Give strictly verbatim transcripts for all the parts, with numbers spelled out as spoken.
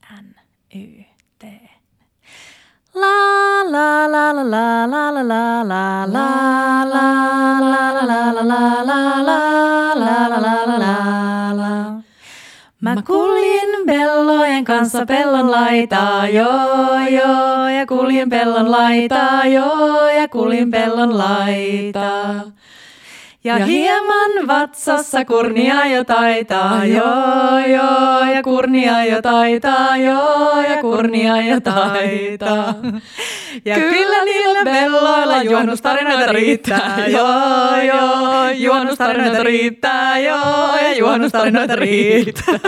N Y T. La la la la la la la la la la la la la la la la la. Mä kuljin pellojen kanssa pellon laitaa, joo joo, ja kuljin pellon laitaa, joo, ja kuljin pellon laitaa. Ja hieman vatsassa kurnia jo taitaa, joo joo, ja kurnia jo taitaa, joo, ja kurnia jo taitaa. Ja kyllä niillä pelloilla juhannustarinoita riittää, joo joo, juhannustarinoita riittää, joo, ja juhannustarinoita riittää.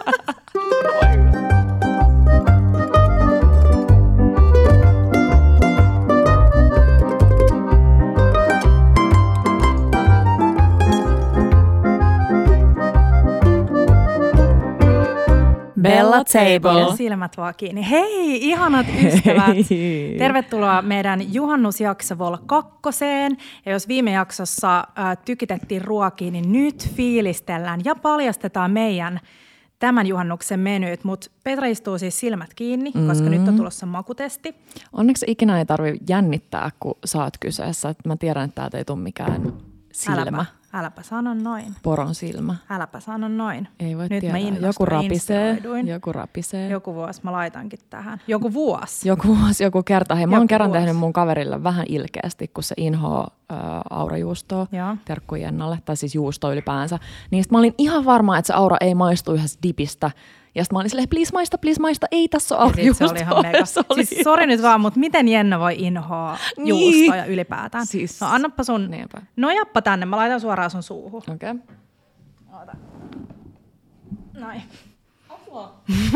Bella Table. Silmät vaan kiinni. Hei, ihanat ystävät. Hei. Tervetuloa meidän juhannusjakso Vol kakkoseen. Ja jos viime jaksossa äh, tykitettiin ruokiin, niin nyt fiilistellään ja paljastetaan meidän tämän juhannuksen menyt. Mutta Petra istuu siis silmät kiinni, koska mm-hmm. nyt on tulossa makutesti. Onneksi ikinä ei tarvitse jännittää, kun sä oot kyseessä. Mä tiedän, että täältä ei tule mikään silmä. Äläpä, äläpä sano noin. Poron silmä. Äläpä sano noin. Ei voi nyt tietää. Mä joku rapisee, joku rapisee. Joku vuosi mä laitankin tähän. Joku vuosi. Joku vuosi, joku kerta. Hei, mä oon kerran vuosi. tehnyt mun kaverille vähän ilkeästi, kun se inhoa äh, aurajuustoa, terkku Jennalle, tai siis juustoa ylipäänsä. Niin sit mä olin ihan varma, että se aura ei maistu yhdessä dipistä. Ja sitten mä olin silleen, please maista, please maista, ei tässä ole aurajuustoa. Se oli ihan mega. Siis sori nyt vaan, mutta miten Jenna voi inhoa niin. juustoja ylipäätään? Siis, no annappa sun, niinpä. Nojappa tänne, mä laitan suoraan sun suuhun. Okei. Okay. Oota. Noin. Apua.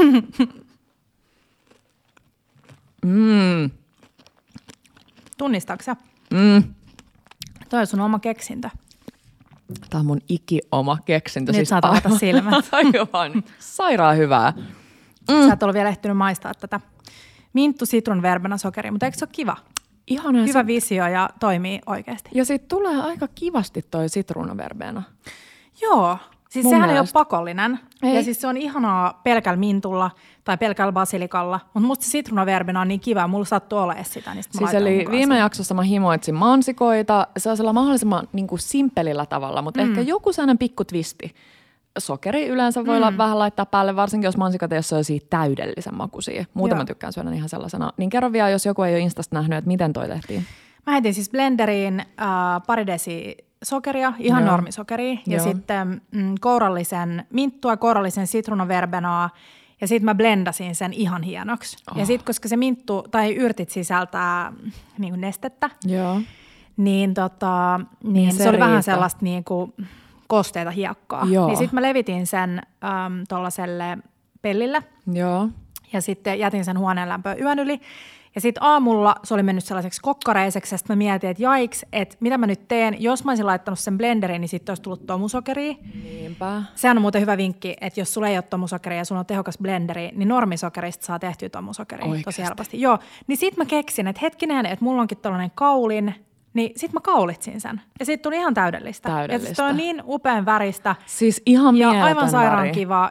mm. Tunnistaatko sä? Mm. Toi on sun oma keksintö. Tämä on mun iki-oma keksintö. Nyt siis saat avata silmät. Aivan. Sairaan hyvää. Mm. Sä et ole vielä ehtinyt maistaa tätä minttu sitrun verbena sokeria, mutta eikö se ole kiva? Ihana. Hyvä se... visio ja toimii oikeasti. Ja siitä tulee aika kivasti toi sitruunaverbena. Joo. Siis mun sehän mielestä. Ei ole pakollinen. Ei. Ja siis se on ihanaa pelkällä mintulla tai pelkällä basilikalla. Mutta musta sitruunaverbena on niin kiva. Mulla sattuu olemaan sitä. Niin siis eli viime jaksossa mä himoitsin mansikoita. Se on sellainen mahdollisimman niin kuin simpelillä tavalla, mutta mm. ehkä joku sellainen pikku twisti. Sokeri yleensä voi mm. vähän laittaa päälle, varsinkin jos mansikat ei ole sellaisia täydellisen makuisia. Muuten mä tykkään syödä ihan sellaisena. Niin kerro vielä, jos joku ei ole Instasta nähnyt, että miten toi tehtiin. Mä heitin siis blenderiin äh, pari desi sokeria, ihan Joo. normisokeria, ja Joo. sitten mm, kourallisen minttua, kourallisen sitruunaverbenaa, ja sitten mä blendasin sen ihan hienoksi. Oh. Ja sitten, koska se minttu, tai yrtit sisältää niin kuin nestettä, Joo. niin, tota, niin, niin se, se oli vähän sellaista niin kuin kosteita hiekkaa. Joo. Niin sitten mä levitin sen äm, tuollaiselle pellille, Joo. ja sitten jätin sen huoneen lämpöön yön yli. Ja sitten aamulla se oli mennyt sellaiseksi kokkareiseksi, ja sitten mä mietin, että jaiks, että mitä mä nyt teen. Jos mä olisin laittanut sen blenderiin, niin sitten olisi tullut tomusokeria. Niinpä. Sehän on muuten hyvä vinkki, että jos sulla ei ole tomusokeria ja sulla on tehokas blenderi, niin normisokerista saa tehtyä tomusokeria Oikeasti. Tosi helposti. Joo, niin sitten mä keksin, että hetkinen, että mulla onkin tällainen kaulin, niin sitten mä kaulitsin sen. Ja siitä tuli ihan täydellistä. Täydellistä. Ja se on niin upean väristä. Siis ihan ja mieletön aivan sairaan väri. kiva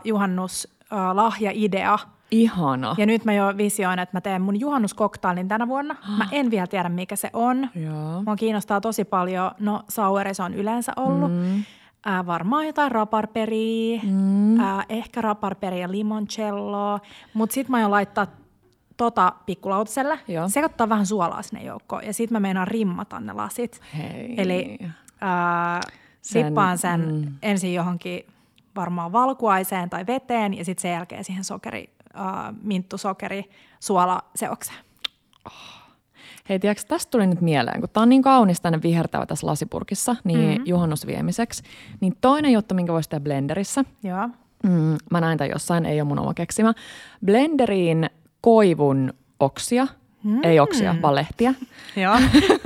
juhannuslahja-idea. Ihana. Ja nyt mä jo visioin, että mä teen mun juhannuskoktailin tänä vuonna. Mä en vielä tiedä, mikä se on. Joo. Mua kiinnostaa tosi paljon. No, saueri se on yleensä ollut. Mm. Äh, varmaan jotain raparperia, mm. äh, ehkä raparperia ja limoncelloa. Mutta sit mä aion laittaa tota pikkulautaselle, sekoittaa vähän suolaa sinne joukkoon. Ja sit mä meinaan rimmata ne lasit. Hei. Eli äh, sen, dippaan sen mm. ensin johonkin varmaan valkuaiseen tai veteen, ja sitten sen jälkeen siihen sokeri, äh, minttusokeri, suola seokseen. Oh. Hei, tiedätkö, tästä tuli nyt mieleen, kun tää on niin kaunis tänne vihertävä tässä lasipurkissa, niin mm-hmm. juhannusviemiseksi, niin toinen juttu, minkä voisi tehdä blenderissä, Joo. Mm, mä näin tämän jossain, ei ole mun oma keksimä, blenderiin koivun oksia, mm. ei oksia, vaan lehtiä. Joo.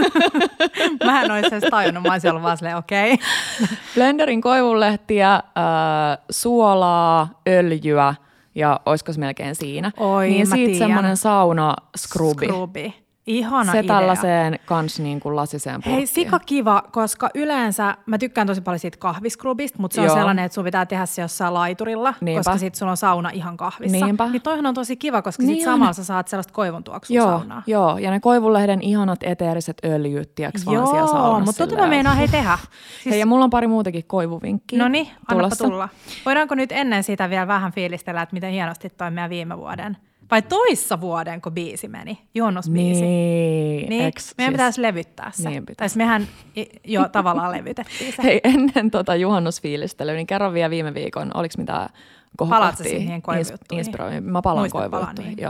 Mä en olisi edes tajunnut, mä olisin ollut vaan silleen, okei. Okay. Blenderin koivunlehtiä, äh, suolaa, öljyä ja olisiko se melkein siinä. Oi, niin mä siitä tiedän. semmoinen sauna scrubi. Scrubi. Ihana se idea. tällaiseen kans niin kuin lasiseen purkkiin. Hei, sika kiva, koska yleensä mä tykkään tosi paljon siitä kahvisklubista, mutta se on Joo. sellainen, että sun pitää tehdä se jossain laiturilla, Niinpä. koska sit sulla on sauna ihan kahvissa. Niinpä. Niin toihan on tosi kiva, koska niin sit samalla sä saat sellaista koivun tuoksua joo, saunaa. Joo, ja ne koivunlehden ihanat eteeriset öljyt, tiiäks vaan joo, siellä saunassa. Joo, mutta tota mä meinaan hei tehdä. Siis... Hei, ja mulla on pari muutakin koivuvinkkiä. No niin, annapa tulossa. tulla. Voidaanko nyt ennen sitä vielä vähän fiilistellä, että miten hienosti toi meidän viime vuoden, vai toissa vuoden, kun biisi meni, juhannusbiisi. Niin, niin eks, meidän siis, pitäisi levyttää se. Niin tai mehän jo tavallaan levytettiin se. Hei, ennen tota juhannusfiilistelyä, niin kerro vielä viime viikon, oliko mitään kohokohtia? Palaat sä siihen koivujuttuihin? Inspiroivin. Mä palaan koivujuttuihin, niin. joo.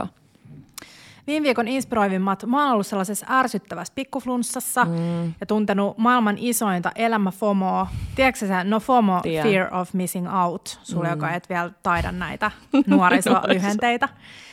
Viime viikon inspiroivimmat, mä oon ollut sellaisessa ärsyttävässä pikkuflunssassa mm. ja tuntenut maailman isointa elämä-FOMOa. Tiedätkö sä, no FOMO, Tien. fear of missing out, sulle, mm. joka et vielä taida näitä Nuoriso. nuorisolyhenteitä.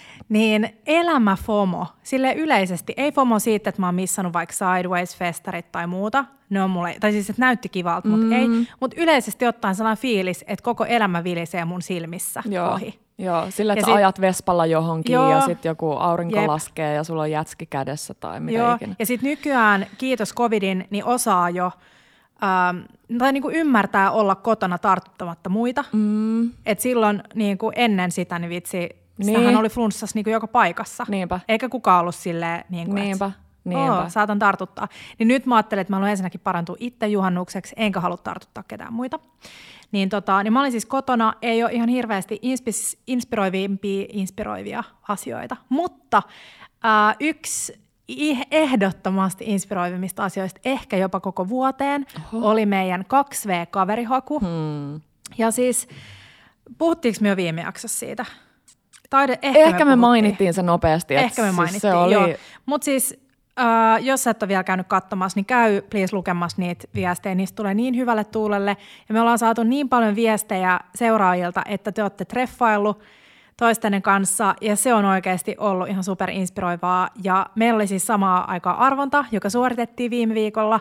Niin elämä-FOMO, sille yleisesti, ei FOMO siitä, että mä oon missannut vaikka Sideways-festarit tai muuta, ne on mulle, tai siis, että näytti kivalta, mm. mutta ei, mutta yleisesti ottaen sellainen fiilis, että koko elämä vilisee mun silmissä Joo. ohi. Joo, sillä, että ja sä sit, ajat vespalla johonkin joo, ja sitten joku aurinko jep. laskee ja sulla on jätski kädessä tai mitä joo, ikinä. ja sitten nykyään, kiitos covidin, niin osaa jo, ähm, tai niinku ymmärtää olla kotona tartuttamatta muita. Mm. Et silloin niinku ennen sitä, niin vitsi, niin. Sitähän oli flunssassa niinku joka paikassa. Niinpä. Eikä kukaan ollut silleen, niin kuin, Niinpä. että Niinpä. saatan tartuttaa. Niin nyt mä ajattelen, että mä haluan ensinnäkin parantua itse juhannukseksi, enkä halua tartuttaa ketään muita. Niin, tota, niin mä olin siis kotona, ei ole ihan hirveästi inspis, inspiroivimpia, inspiroivia asioita, mutta äh, yksi ehdottomasti inspiroivimmista asioista, ehkä jopa koko vuoteen, Oho. oli meidän kaksi V-kaverihaku. Hmm. Ja siis, puhuttiinko me jo viime jaksossa siitä? Taide, ehkä, ehkä me, me me mainittiin se nopeasti. Ehkä me mainittiin, siis se oli... joo. Mutta siis, äh, jos sä et ole vielä käynyt katsomassa, niin käy please lukemassa niitä viestejä. Niistä tulee niin hyvälle tuulelle. Ja me ollaan saatu niin paljon viestejä seuraajilta, että te olette treffaillut toistenne kanssa. Ja se on oikeasti ollut ihan super inspiroivaa. Ja meillä oli siis samaa aikaa arvonta, joka suoritettiin viime viikolla.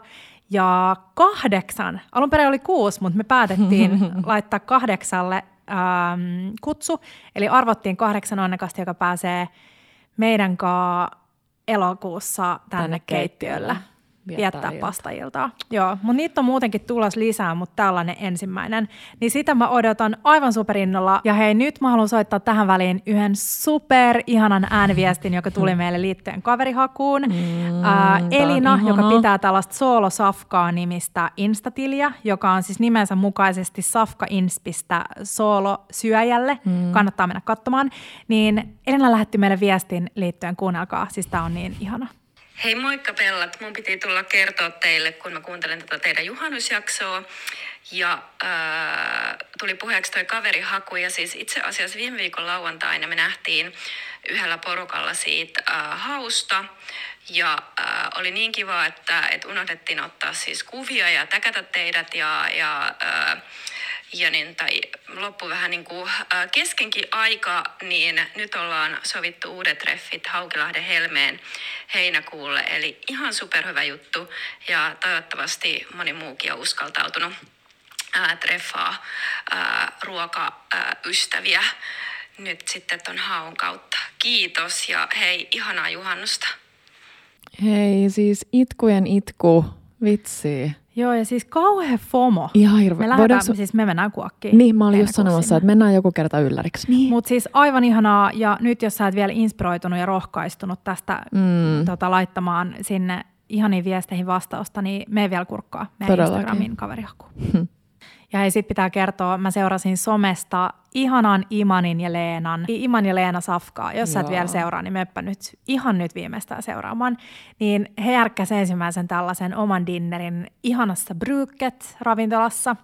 Ja kahdeksan, alun perin oli kuusi, mutta me päätettiin laittaa kahdeksalle Ähm, kutsu, eli arvottiin kahdeksan onnekasta, joka pääsee meidän kanssa elokuussa tänne, tänne keittiölle viettää pastailtaa. Joo, mutta niitä on muutenkin tulossa lisää, mutta tällainen ensimmäinen. Niin sitä mä odotan aivan superinnolla. Ja hei, nyt mä haluan soittaa tähän väliin yhden super ihanan ääniviestin, joka tuli meille liittyen kaverihakuun. Mm, Ää, Elina, joka pitää tällaista Soolo Safkaa nimistä Instatiliä, joka on siis nimensä mukaisesti Safka Inspistä Soolo-syöjälle. Mm. Kannattaa mennä katsomaan. Niin Elina lähetti meille viestin liittyen, kuunnelkaa, siis tää on niin ihana. Hei moikka Pellat, mun piti tulla kertoa teille, kun mä kuuntelen tätä teidän juhannusjaksoa ja ää, tuli puheeksi toi kaverihaku ja siis itse asiassa viime viikon lauantaina me nähtiin yhdellä porukalla siitä ää, hausta ja ää, oli niin kiva, että et unohdettiin ottaa siis kuvia ja täkätä teidät ja, ja ää, Ja niin, tai loppu vähän niin kuin äh, keskenkin aika, niin nyt ollaan sovittu uudet treffit Haukilahden Helmeen heinäkuulle. Eli ihan superhyvä juttu ja toivottavasti moni muukin on uskaltautunut äh, treffaa äh, ruokaystäviä nyt sitten ton haun kautta. Kiitos ja hei, ihanaa juhannusta. Hei, siis itkujen itku, vitsi. Joo, ja siis kauhean FOMO. Ihan hirveä. Me lähdetään, Voidaanko... siis me mennään kuokkiin. Niin, mä olin just sanomassa, sinne. Että mennään joku kerta ylläriksi. Niin. Mutta siis aivan ihanaa, ja nyt jos sä et vielä inspiroitunut ja rohkaistunut tästä mm. tota, laittamaan sinne ihaniin viesteihin vastausta, niin mene vielä kurkkaa meidän Todellakin. Instagramin kaverihakuun. Hmm. Ja hei, sit pitää kertoa, mä seurasin somesta ihanan Imanin ja Leenan, Iman ja Leena Safkaa. Jos sä et vielä seuraa, niin meppä nyt ihan nyt viimeistään seuraamaan. Niin he järkkäsivät ensimmäisen tällaisen oman dinnerin ihanassa Brüket-ravintolassa.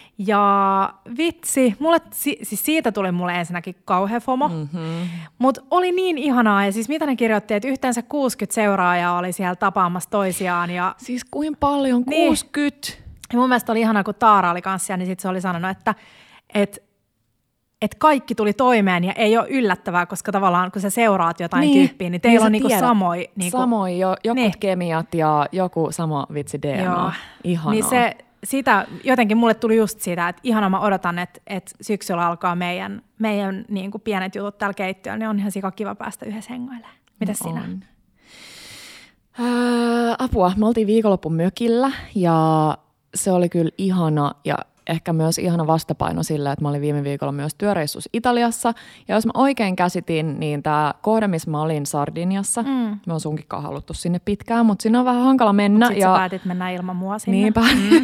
Ja vitsi, mulle, siis siitä tuli mulle ensinnäkin kauhea FOMO, mm-hmm. mutta oli niin ihanaa. Ja siis mitä ne kirjoitti, että yhteensä kuusikymmentä seuraajaa oli siellä tapaamassa toisiaan. Ja siis kuinka paljon? Niin. kuusikymmentä? Ja mun mielestä oli ihanaa, kun Taara oli kanssa, niin sitten se oli sanonut, että et, et kaikki tuli toimeen ja ei ole yllättävää, koska tavallaan kun sä seuraat jotain niin, tyyppiä, niin teillä niin on niinku samoja. Niinku, samoin, jo, joku niin. kemiat ja joku sama vitsi D N A. Joo. Ihanaa. Niin se, sitä, jotenkin mulle tuli just siitä, että ihanaa mä odotan, että, että syksyllä alkaa meidän, meidän niinku pienet jutut täällä keittiöllä, niin on ihan sika kiva päästä yhdessä hengoilemaan. Mitäs no sinä? On. Öö, apua, me oltiin viikonloppun mökillä ja se oli kyllä ihana ja ehkä myös ihana vastapaino sillä, että mä olin viime viikolla myös työreissussa Italiassa. Ja jos mä oikein käsitin, niin tämä kohde, missä mä olin Sardiniassa, mm. me on sunkinkaan haluttu sinne pitkään, mutta sinne on vähän hankala mennä. Mutta sitten ja... sä päätit mennä ilman mua sinne. Niinpä. Mm.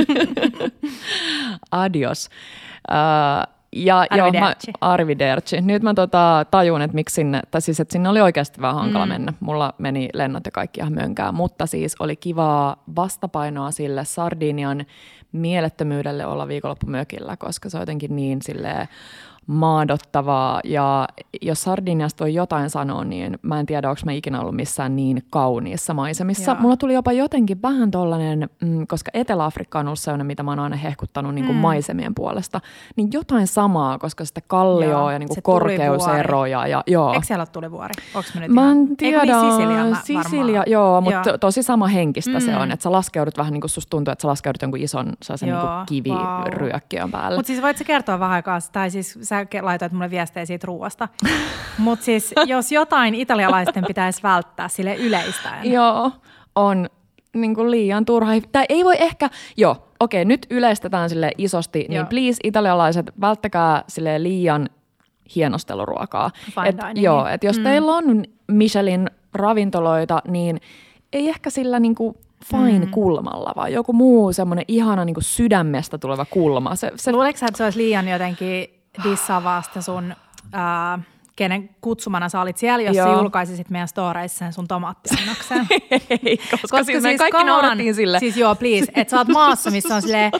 Adios. Uh, Ja Arrivederci. Joo, mä, arrivederci. Nyt mä tota, tajun, että miksi sinne, tai siis, että sinne oli oikeasti vähän hankala mm. mennä. Mulla meni lennot ja kaikki ihan mönkään, mutta siis oli kivaa vastapainoa sille Sardinian mielettömyydelle olla viikonloppumökillä, koska se on jotenkin niin silleen maadottavaa. Ja jos Sardiniasta voi jotain sanoa, niin mä en tiedä, onko mä ikinä ollut missään niin kauniissa maisemissa. Joo. Mulla tuli jopa jotenkin vähän tollainen, mm, koska Etelä-Afrikka on ollut sellainen, mitä mä oon aina hehkuttanut niin kuin mm. maisemien puolesta, niin jotain samaa, koska sitä kallioa ja niin kuin korkeuseroja. Ja, joo. Eikö siellä ole tulivuori? Onko me nyt mä ihan... en tiedä. Niin Sisilia, mä Sisilia, joo, mutta joo. tosi sama henkistä mm. se on, että sä laskeudut vähän niin kuin susta tuntuu, että sä laskeudut jonkun ison sellaisen niin kuin kiviryökkiön wow. päälle. Mutta siis voit sä kertoa vähän aikaa, tai siis sä laitoit mulle viestejä siitä ruuasta. Mutta siis jos jotain italialaisten pitäisi välttää sille yleistäen. Joo, on niin kuin liian turha. Tai ei voi ehkä, joo, okei, nyt yleistetään sille isosti, joo. niin please italialaiset, välttäkää sille liian hienosteluruokaa. Fine et, dining. Joo, että jos mm. teillä on Michelin ravintoloita, niin ei ehkä sillä niin kuin fine mm. kulmalla, vaan joku muu semmoinen ihana niin kuin sydämestä tuleva kulma. Se, se... Luuletko sä, että se olisi liian jotenkin dissaavaa sitä sun, ää, kenen kutsumana sä olit siellä, jos sä julkaisisit meidän storeissa sen sun tomaattiannoksen? Ei, koska, koska siis me kaikki naurattiin sille. Siis joo, please, että sä oot maassa, missä on silleen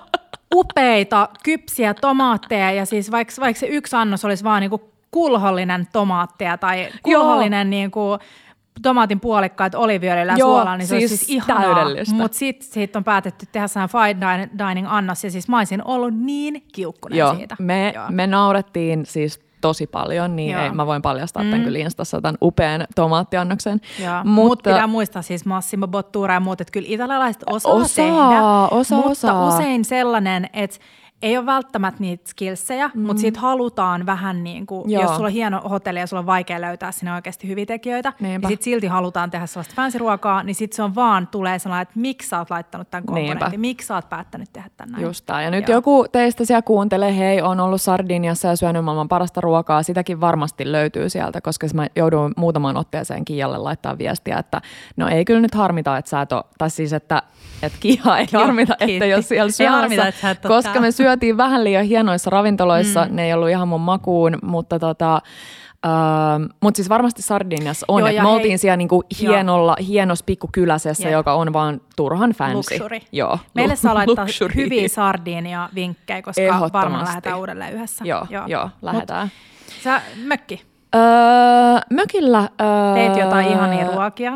upeita, kypsiä tomaatteja, ja siis vaikka, vaikka se yksi annos olisi vaan niinku kulhollinen tomaatteja tai kulhollinen niinku tomaatin puolikkaat oliiviöljyllä ja suolaa, niin se siis olisi siis ihanaa. Mutta sitten siitä on päätetty tehdä sellainen fine dining annos, ja siis mä olisin ollut niin kiukkunen Joo, siitä. Me, Joo. me naurettiin siis tosi paljon, niin ei, mä voin paljastaa mm. tämän kyllä Instassa tämän upean tomaattiannoksen. Mutta Mut pitää muistaa siis Massimo Bottura ja muut, että kyllä italialaiset osaa, osaa tehdä, osa, mutta osaa. usein sellainen, että ei ole välttämättä niitä skillsejä, mm. mutta siitä halutaan vähän niin kuin, jos sulla on hieno hotelli ja sulla on vaikea löytää sinne oikeasti hyviä tekijöitä, Niinpä. ja sitten silti halutaan tehdä sellaista fancy-ruokaa, niin sitten se on vaan, tulee sellainen, että miksi sä oot laittanut tämän komponentin, miksi sä oot päättänyt tehdä tämän näin. Just tämä. Ja nyt Joo. joku teistä siellä kuuntelee, hei, on ollut Sardiniassa ja syönyt maailman parasta ruokaa, sitäkin varmasti löytyy sieltä, koska mä joudun muutamaan otteeseen Kiialle laittaa viestiä, että no ei kyllä nyt harmita, että sä et ole, tai siis, että et Kiia ei harmita, että jos siellä syömässä, koska me syötiin vähän liian hienoissa ravintoloissa, mm. ne ei ollut ihan mun makuun, mutta tota, uh, mut siis varmasti Sardiniassa on, että me oltiin hei, siellä niinku hienolla, hienossa pikkukyläsessä, yep. joka on vaan turhan fancy. Luxury. Joo. Meille saa laittaa hyviä Sardinia vinkkejä, koska varmaan lähdetään uudelleen yhdessä. Joo, joo. joo lähdetään. Mut, sä mökki. Öö, mökillä... Öö, Teit jotain ihania ruokia.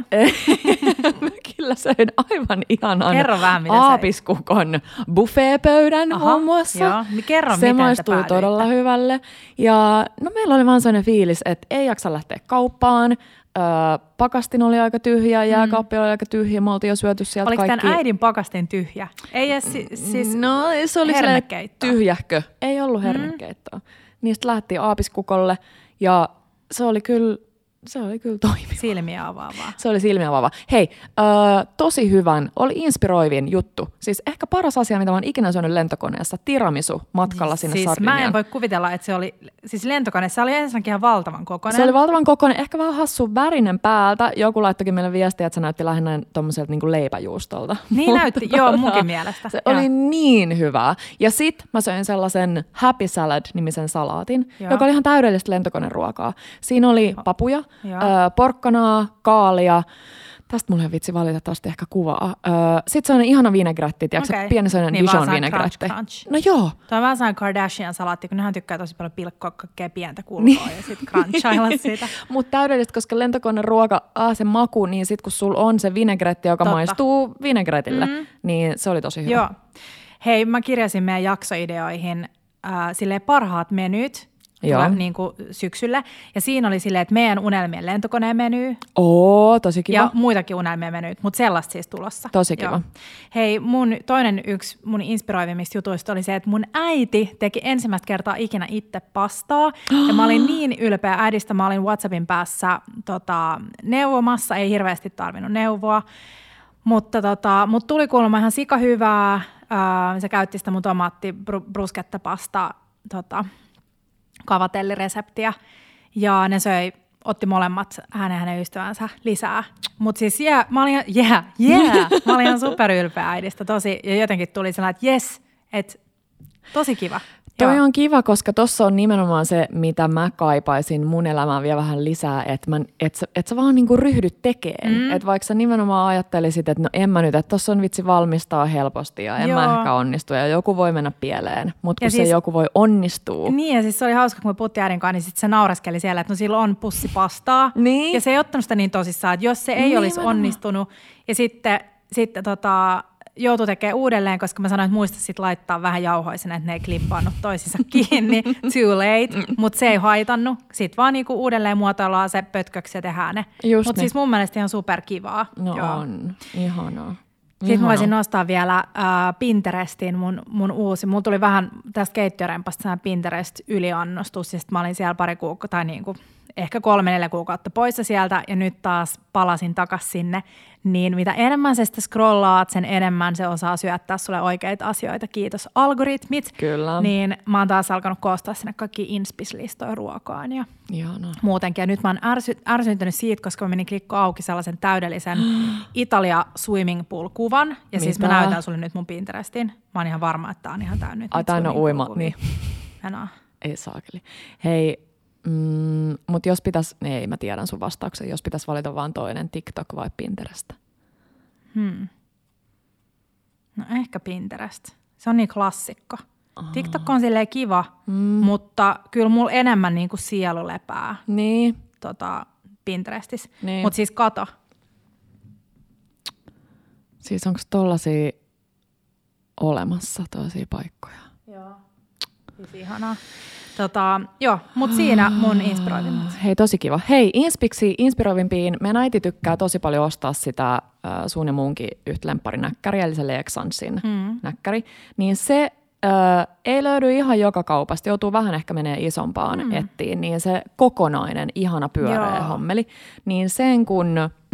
Mökillä söin aivan ihanan Kerro vähän, mitä aapiskukon buffeepöydän Aha, muun muassa. Joo. Kerro, se maistui todella hyvälle. Ja no meillä oli vaan sellainen fiilis, että ei jaksa lähteä kauppaan. Öö, pakastin oli aika tyhjä, jääkaappi oli aika tyhjä, me oltiin jo syöty sieltä Oliko kaikki. Oliko tämän äidin pakastin tyhjä? Ei edes si- siis No se oli tyhjähkö. Ei ollut hernekeittoa. Mm. Niistä lähdettiin aapiskukolle ja se oli kyllä, se oli kyllä toimiva. Silmiä avaavaa. Se oli silmiä avaavaa. Hei, äh, tosi hyvän, oli inspiroivin juttu. Siis ehkä paras asia, mitä mä oon ikinä syönyt lentokoneessa, tiramisu matkalla sinne siis Sardiniaan. Mä en voi kuvitella, että se oli, siis lentokoneessa oli ensinnäkin ihan valtavan kokoinen. Se oli valtavan kokoinen, ehkä vähän hassu värinen päältä. Joku laittokin meille viestiä, että se näytti lähinnä tommoselta niin kuin leipäjuustolta. Niin näytti, joo munkin mielestä. Se ja. oli niin hyvää. Ja sit mä söin sellaisen Happy Salad-nimisen salaatin, joo. joka oli ihan täydellistä lentokoneruokaa. Siinä oli papuja, ö, porkkanaa, kaalia. Tästä mulla ei vitsi valitettavasti ehkä kuvaa. Öö, Sitten sellainen ihana vinegretti, tiedätkö okay. pieni sellainen niin Dijon vinegretti. No joo. Tuo on vähän sellainen Kardashian-salaatti, kun nehän tykkää tosi paljon pilkkoa kaikkea pientä kulkoa niin. ja sitten crunchailla siitä. Mutta täydellistä, koska lentokone ruoka, ah, se maku, niin sitten kun sulla on se vinegretti, joka Totta. maistuu vinegretille, mm. niin se oli tosi hyvä. Joo. Hei, mä kirjasin meidän jaksoideoihin äh, silleen parhaat menyt, tule, niin kuin syksyllä. Ja siinä oli silleen, että meidän unelmien lentokoneen meny. Oo, tosi kiva. Ja muitakin unelmien menyt, mutta sellaista siis tulossa. Tosi kiva. Joo. Hei, mun toinen yksi mun inspiroivimmista jutuista oli se, että mun äiti teki ensimmäistä kertaa ikinä itse pastaa. Ja mä olin niin ylpeä äidistä, mä olin WhatsAppin päässä tota, neuvomassa, ei hirveästi tarvinnut neuvoa. Mutta tota, mut tuli kuulemma ihan sikahyvää. Äh, se käytti sitä mun tomaatti bruschetta pasta tota, kavatellireseptiä ja ne söi, otti molemmat hänen ja hänen ystävänsä lisää. Mutta siis yeah, mä olin yeah, yeah, mä olin ihan superylpeä äidistä tosi ja jotenkin tuli sellainen, että jes, että tosi kiva. Toi on kiva, koska tuossa on nimenomaan se, mitä mä kaipaisin mun elämään vielä vähän lisää, että et sä, et sä vaan niinku ryhdyt tekemään. Mm. Että vaikka sä nimenomaan ajattelisit, että no en mä nyt, että tuossa on vitsi valmistaa helposti ja en Joo. mä ehkä onnistu ja joku voi mennä pieleen, mutta kun siis, se joku voi onnistua. Niin ja siis se oli hauska, kun me puhuttiin äidin kanssa, niin sit se naureskeli siellä, että no sillä on pussi pastaa. Niin. Ja se ei ottanut sitä niin tosissaan, että jos se ei niin, olisi onnistunut ja sitten, sitten tota... joutui tekemään uudelleen, koska mä sanoin, että muista sit laittaa vähän jauhoisen, että ne ei klippaannut toisinsa kiinni. Too late. Mutta se ei haitannut. Sitten vaan niinku uudelleen muotoillaan se pötköksi ja tehdään ne. Mutta siis mun mielestä ihan superkivaa. No Joo. on. Ihanaa. Sitten mä voisin nostaa vielä äh, Pinterestin mun, mun uusi. Mulla tuli vähän tästä keittiörempasta Pinterest-yliannostus. Ja sitten mä olin siellä pari kuukautta, tai niinku, ehkä kolme, neljä kuukautta poissa sieltä. Ja nyt taas palasin takaisin sinne. Niin mitä enemmän sä sitä scrollaat, sen enemmän se osaa syöttää sulle oikeita asioita. Kiitos algoritmit. Kyllä. Niin mä oon taas alkanut koostaa sinne kaikki inspislistoja ruokaan ja Ihanaa. muutenkin. Ja nyt mä oon ärsy, ärsyntynyt siitä, koska mä menin klikko auki sellaisen täydellisen Italia swimming pool kuvan. Ja mitä? Siis mä näytän sulle nyt mun Pinterestin. Mä oon ihan varma, että tää on ihan täynnä. Ai tää on uima, niin. Enää. Ei saakeli. Hei. Mm, mutta jos pitäisi, ei mä tiedän sun vastauksen, jos pitäisi valita vaan toinen, TikTok vai Pinterest? Hmm. No ehkä Pinterest. Se on niin klassikko. Aha. TikTok on silleen kiva, mm. mutta kyllä mulla enemmän niinku sielu lepää niin. tota, Pinterestissä. Niin. Mutta siis kato. Siis onko tollasia olemassa tollasia paikkoja? Joo. Siis ihanaa. Tota, joo, mutta siinä mun inspiroivimmat. Hei, tosi kiva. Hei, inspiksi, inspiroivimpiin. Meidän äiti tykkää tosi paljon ostaa sitä äh, sun ja muunkin yhtä lempparinäkkäriä, eli se Lexansin mm. näkkäri. Niin se äh, ei löydy ihan joka kaupasta, joutuu vähän ehkä menee isompaan mm. ettiin. Niin se kokonainen, ihana pyöreä joo. hommeli. Niin sen kun...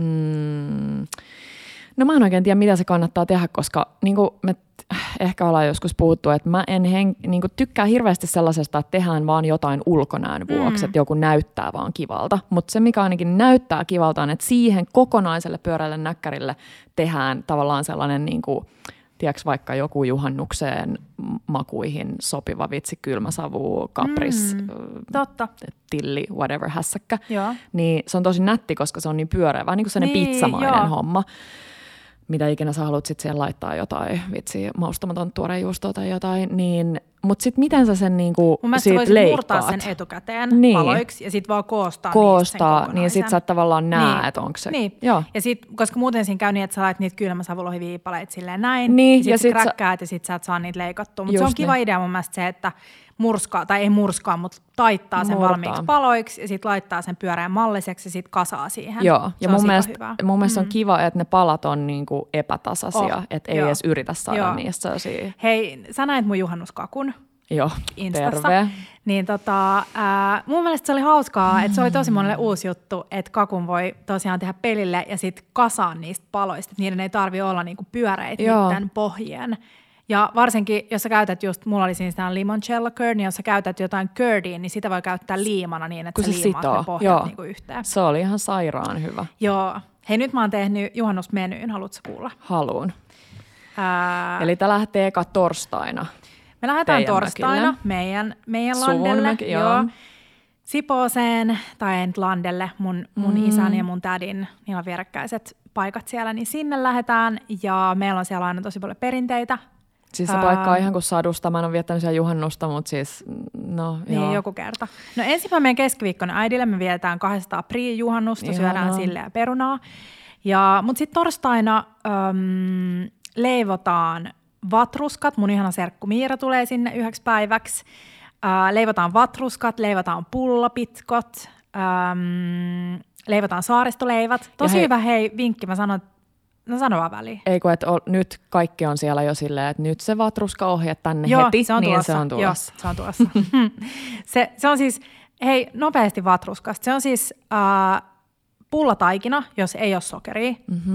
Mm, no mä en oikein tiedä, mitä se kannattaa tehdä, koska niin kuin me ehkä ollaan joskus puhuttu, että mä en hen, niin kuin tykkää hirveästi sellaisesta, että tehdään vaan jotain ulkonäön vuoksi, mm. että joku näyttää vaan kivalta. Mutta se, mikä ainakin näyttää kivalta, on, että siihen kokonaiselle pyörälle näkkärille tehdään tavallaan sellainen, niin kuin, tiedätkö vaikka joku juhannukseen makuihin sopiva vitsi, kylmäsavu, kapris, mm. Totta. tilli, whatever, hässäkkä. Joo. Niin se on tosi nätti, koska se on niin pyöreä, vähän niin kuin sellainen niin, pizzamainen joo. homma. Mitä ikinä sä haluat sitten siihen laittaa jotain, vitsi, maustamaton tuorejuustoa tai jotain, niin, mutta sitten miten sä sen niinku mun siitä leikkaat? Mun murtaa sen etukäteen niin. paloiksi ja sitten vaan koostaa, koostaa niin sitten sä et tavallaan näe, niin. että onko se. Niin, joo. Ja sitten, koska muuten siinä käy niin, että sä lait niitä kylmäsavulohiviipaleita silleen näin, niin. ja sitten sit sä kräkkäät ja sitten sä et saa niitä leikattua. Mutta se on kiva niin. idea mun mielestä se, että murskaa, tai ei murskaa, mutta taittaa sen Murtaa. valmiiksi paloiksi ja sitten laittaa sen pyöreän malliseksi ja sitten kasaa siihen. Joo, se ja mun mielestä, mun mielestä mm. on kiva, että ne palat on niinku epätasaisia, oh. että ei Joo. edes yritä saada Joo. niistä sellaisia. Hei, sä näit mun juhannuskakun. Joo, Instassa. terve. Niin tota, ää, mun mielestä se oli hauskaa, mm. että se oli tosi monelle uusi juttu, että kakun voi tosiaan tehdä pelille ja sitten kasaan niistä paloista, että niiden ei tarvitse olla niinku pyöreitä niiden pohjien. Ja varsinkin, jos sä käytät just, mulla oli siinä sitä limoncello curd, niin jos sä käytät jotain curdia, niin sitä voi käyttää liimana niin, että kun sä se liimaat sitoo. ne pohjat niinku yhteen. Se oli ihan sairaan hyvä. Joo. Hei, nyt mä oon tehnyt juhannusmenyyn, haluatko kuulla? Haluun. Ää... Eli tää lähtee eka torstaina. Me lähdetään torstaina mökille. meidän, meidän landelle. Möki, joo. joo. Sipooseen, tai en landelle, mun, mun mm. isän ja mun tädin, niillä on vierekkäiset paikat siellä, niin sinne lähdetään. Ja meillä on siellä aina tosi paljon perinteitä. Siis se paikka on ihan kuin sadusta. Mä en ole viettänyt siellä juhannusta, mutta siis no niin, joo. joku kerta. No ensimmäinen meidän keskiviikkona äidille me vietetään kahdesta april-juhannusta, Ihanaa. syödään sille ja perunaa. Ja, mutta sitten torstaina äm, leivotaan vatruskat. Mun ihana serkku Miira tulee sinne yhdeksi päiväksi. Äh, leivotaan vatruskat, leivotaan pullapitkot, ähm, leivotaan saaristoleivät. Tosi hei, hyvä hei vinkki, mä sanon, no sano vaan väliin. Ei kun, että nyt kaikki on siellä jo silleen, että nyt se vatruskaohje tänne Joo, heti, se on niin tulossa. se on tulossa. Joo, se on tulossa. se, se on siis, hei nopeasti vatruskasta. Se on siis äh, pullataikina, jos ei ole sokeria. Mm-hmm.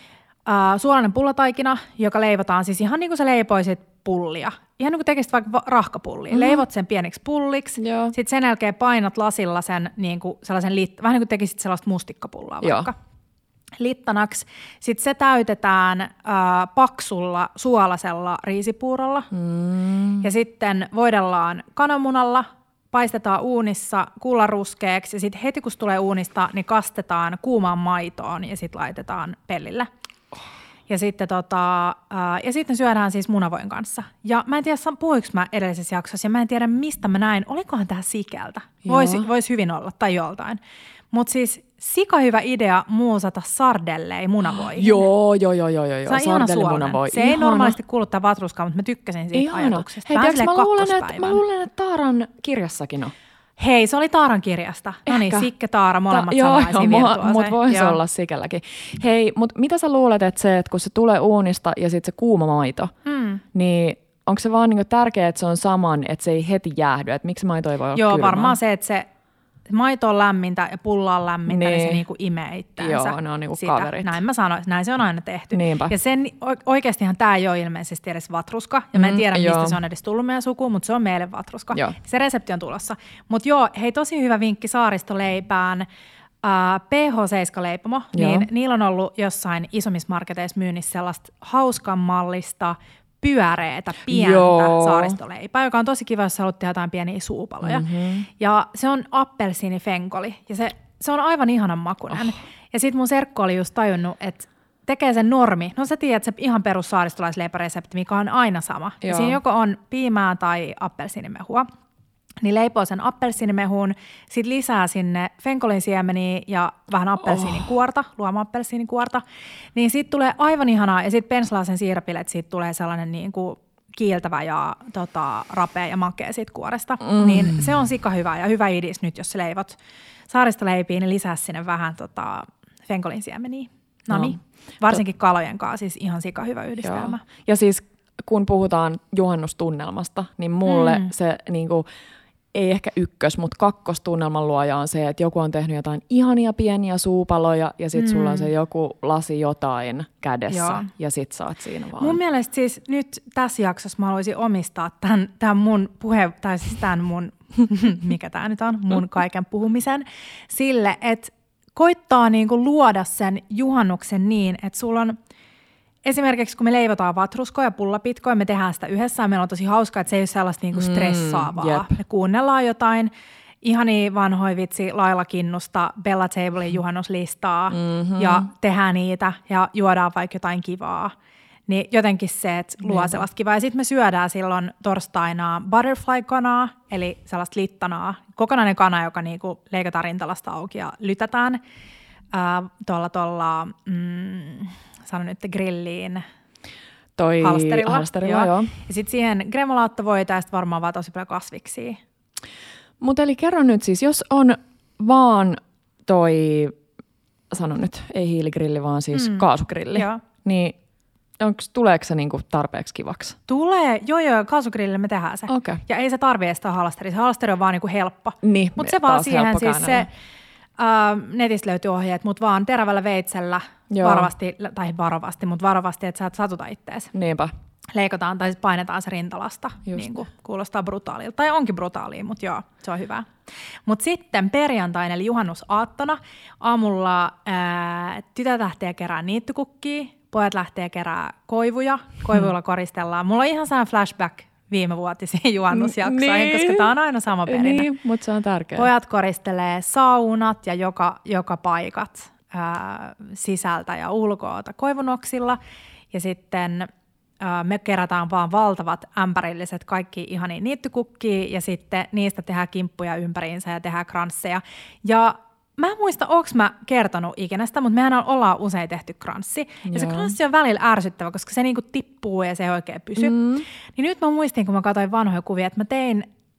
Äh, suolainen pullataikina, joka leivotaan siis ihan niin kuin sä leipoisit pullia. Ihan niin kuin tekisit vaikka rahkapullia. Mm-hmm. Leivot sen pieniksi pulliksi, Joo. sitten sen jälkeen painat lasilla sen niin kuin sellaisen, lit- vähän niin kuin tekisit sellaista mustikkapullaa vaikka. Joo. Littanaksi. Sitten se täytetään äh, paksulla suolasella riisipuurolla mm. ja sitten voidellaan kananmunalla, paistetaan uunissa kullanruskeaksi ja sitten heti kun se tulee uunista, niin kastetaan kuumaan maitoon ja sitten laitetaan pellille. Oh. Ja sitten tota, äh, ja sitten syödään siis munavoin kanssa. Ja mä en tiedä, puhuinko mä edellisessä jaksossa ja mä en tiedä mistä mä näin, olikohan tää sikeltä. Voisi vois hyvin olla tai joltain. Mutta siis sika hyvä idea muusata sardellei munavoihin. Joo, joo, joo, joo, joo. Se on ihana suolainen. Se ei ihana. Normaalisti kuluttaa vatruskaa, mutta mä tykkäsin siitä ihana. Ajatuksesta. Hei, tiiäks, mä, luulen, että, mä luulen, että Taaran kirjassakin on. Hei, se oli Taaran kirjasta. No niin, Sikke, Taara, molemmat Ta- samanlaisia virtuoseja. Mutta voisi olla sikelläkin. Hei, mutta mitä sä luulet, että se, että kun se tulee uunista ja sitten se kuuma maito, mm. niin onko se vaan niinku tärkeää, että se on saman, että se ei heti jäähdy? Että miksi maito ei voi olla Joo, kylmää? varmaan se, että se maito on lämmintä ja pulla on lämmintä, niin, niin se niinku imee itseänsä. Joo, ne on niinku sitä. kaverit. Näin mä sanoin, näin se on aina tehty. Niinpä. Ja sen, oikeastihan tämä ei ole ilmeisesti edes vatruska, ja mä en tiedä, mm, mistä joo. se on edes tullut meidän sukuun, mutta se on meille vatruska. Joo. Se resepti on tulossa. Mutta joo, hei, tosi hyvä vinkki saaristoleipään. Uh, P H seitsemän-leipomo, niin niillä on ollut jossain isommissa marketeissa myynnissä sellaista hauskan mallista, pyöreätä, pientä Joo. saaristoleipää, joka on tosi kiva, jos haluat tehdä jotain pieniä suupaloja. Mm-hmm. Ja se on appelsiinifenkoli, ja se, se on aivan ihanan makuinen. Oh. Ja sit mun serkku oli just tajunnut, että tekee sen normi. No sä tiedät se ihan perus saaristolaisleipäresepti, mikä on aina sama. Joo. Ja siinä joko on piimää tai appelsiinimehua. Niin leipoo sen appelsiinimehuun, sit lisää sinne fenkolin siemeniä ja vähän appelsiinikuorta, oh. luoma-appelsiinikuorta. Niin siitä tulee aivan ihanaa, ja sit penslaa sen siirapille, että siitä tulee sellainen niin kuin kiiltävä ja tota, rapea ja makea siitä kuoresta. Mm. Niin se on sika hyvä ja hyvä idis nyt, jos leivot saaristoleipiin, niin lisää sinne vähän tota, fenkolin siemeniä. Noniin. No. Varsinkin kalojen kanssa, siis ihan sika hyvä yhdistelmä. Joo. Ja siis kun puhutaan juhannustunnelmasta, niin mulle mm. se niinku ei ehkä ykkös, mutta kakkostunnelman luoja on se, että joku on tehnyt jotain ihania pieniä suupaloja ja sit mm. sulla on se joku lasi jotain kädessä Joo. ja sit sä oot siinä vaan. Mun mielestä siis nyt tässä jaksossa mä haluaisin omistaa tämän, tämän mun puhe, tai siis tämän mun, mikä tää nyt on, mun kaiken puhumisen sille, että koittaa niinku luoda sen juhannuksen niin, että sulla on esimerkiksi kun me leivotaan vatruskoja ja pullapitkoja, me tehdään sitä yhdessä ja meillä on tosi hauskaa, että se ei ole sellaista niinku stressaavaa. Mm, me kuunnellaan jotain ihania vanhoja vitsi Laila Kinnusta, Bella Tablein juhannuslistaa mm-hmm. ja tehdään niitä ja juodaan vaikka jotain kivaa. Niin jotenkin se, että luo Niinpä. sellaista kivaa. Ja sitten me syödään silloin torstaina butterfly-kanaa, eli sellaista littanaa. Kokonainen kana, joka niinku leikataan rintalasta auki ja lytätään äh, tuolla tuolla... Mm, sano nyt grilliin Toi halsterilla. halsterilla joo. Joo. Ja sitten siihen kremalaattovoita ja sitten varmaan vaan tosi paljon kasviksia. Mutta eli kerro nyt siis, jos on vaan toi, sano nyt, ei hiiligrilli, vaan siis mm. kaasugrilli, joo. niin onks, tuleeko se niinku tarpeeksi kivaksi? Tulee, joo joo, kaasugrillillä me tehdään se. Okay. Ja ei se tarvitse estää halsteri, se halsteri on vaan niinku helppo. Niin, mutta se vaan siihen siis se... Uh, netistä löytyy ohjeet, mutta vaan terävällä veitsellä Joo. varovasti, tai varovasti, mutta varovasti, että sä et satuta ittees. Niinpä. Leikataan tai painetaan se rintalasta. Niin kuin kuulostaa brutaalilta. Tai onkin brutaalia, mutta joo, se on hyvä. Mutta sitten perjantaina, eli juhannusaattona, aamulla ää, tytöt lähtee kerää niittykukkia, pojat lähtee kerää koivuja, koivuilla hmm. koristellaan. Mulla on ihan sellainen flashback viimevuotisiin juhannusjaksoihin, niin. koska tämä on aina sama perinne. Niin, mutta se on tärkeää. Pojat koristelee saunat ja joka, joka paikat ää, sisältä ja ulkoota koivunoksilla. Ja sitten ää, me kerätään vaan valtavat ämpärilliset kaikki ihania niittykukkia ja sitten niistä tehdään kimppuja ympäriinsä ja tehdään kransseja. Ja mä en muista, onko mä kertonut ikinä sitä, mutta mehän ollaan usein tehty kranssi. Ja Joo. se kranssi on välillä ärsyttävä, koska se niinku tippuu ja se ei oikein pysy. Mm. Niin nyt mä muistin, kun mä katsoin vanhoja kuvia, että mä tein,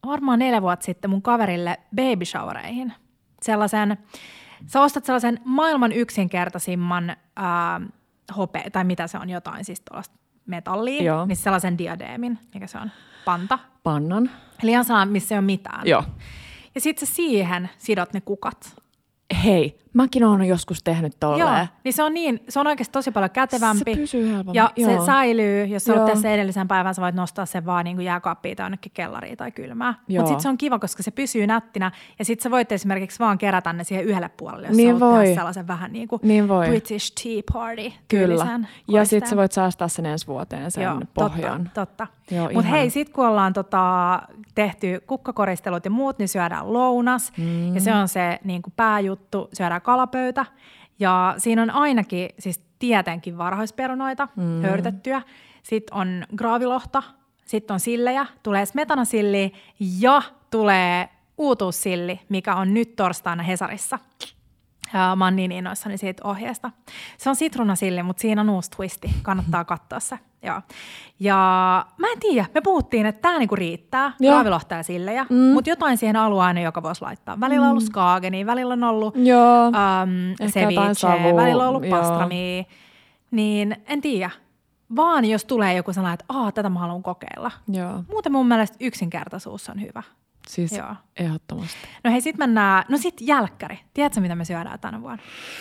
varmaan neljä vuotta sitten mun kaverille baby showereihin. Sellaisen, sä ostat sellaisen maailman yksinkertaisimman ää, hope, tai mitä se on, jotain siis tuollaista metallia, Joo. niin sellaisen diadeemin, mikä se on, panta. Pannan. Eli ihan sellainen, missä ei ole mitään. Joo. Ja sitten sä siihen sidot ne kukat. Hei, mäkin olen joskus tehnyt tolleen. Joo, niin se on, niin, se on oikeasti tosi paljon kätevämpi. Se pysyy helpommin. Ja Joo. se säilyy, jos sä Joo. olet tässä edellisen päivän, sä voit nostaa sen vaan niin kuin jääkaappiin tai jonnekin kellariin tai kylmää. Mutta sitten se on kiva, koska se pysyy nättinä. Ja sitten sä voit esimerkiksi vaan kerätä ne siihen yhdelle puolelle, jos niin sä haluat voi. tehdä sellaisen vähän niin kuin niin voi. British Tea Party. Kyllä. Ja sitten sä voit säästää sen ensi vuoteen sen Joo, pohjan. Totta, totta. Joo, Mutta ihana. hei, sit kun ollaan tota, tehty kukkakoristelut ja muut, niin syödään lounas. Mm. Ja se on se niin kuin pääjuttu, syödään kalapöytä. Ja siinä on ainakin, siis tietenkin varhaisperunoita, mm. höyrytettyä. Sitten on graavilohta, sitten on sillejä, tulee smetanasilli ja tulee uutuussilli, mikä on nyt torstaina Hesarissa. Ja mä oon niin innoissani siitä ohjeesta. Se on sitruunasilli, mutta siinä on uusi twisti. Kannattaa katsoa se. Joo. Ja mä en tiedä, me puhuttiin, että tää niinku riittää, graavilohta ja sillejä, mm. mutta jotain siihen alueen aina joka voisi laittaa. Välillä on ollut skaagenia, välillä on ollut Joo. Um, ceviche, välillä on ollut pastramia. Niin en tiedä. Vaan jos tulee joku sellainen, että Aa, tätä mä haluan kokeilla. Joo. Muuten mun mielestä yksinkertaisuus on hyvä. Siis Joo. ehdottomasti. No hei, sit mennään, no sit jälkkäri. Tiedätkö, mitä me syödään tänä vuonna?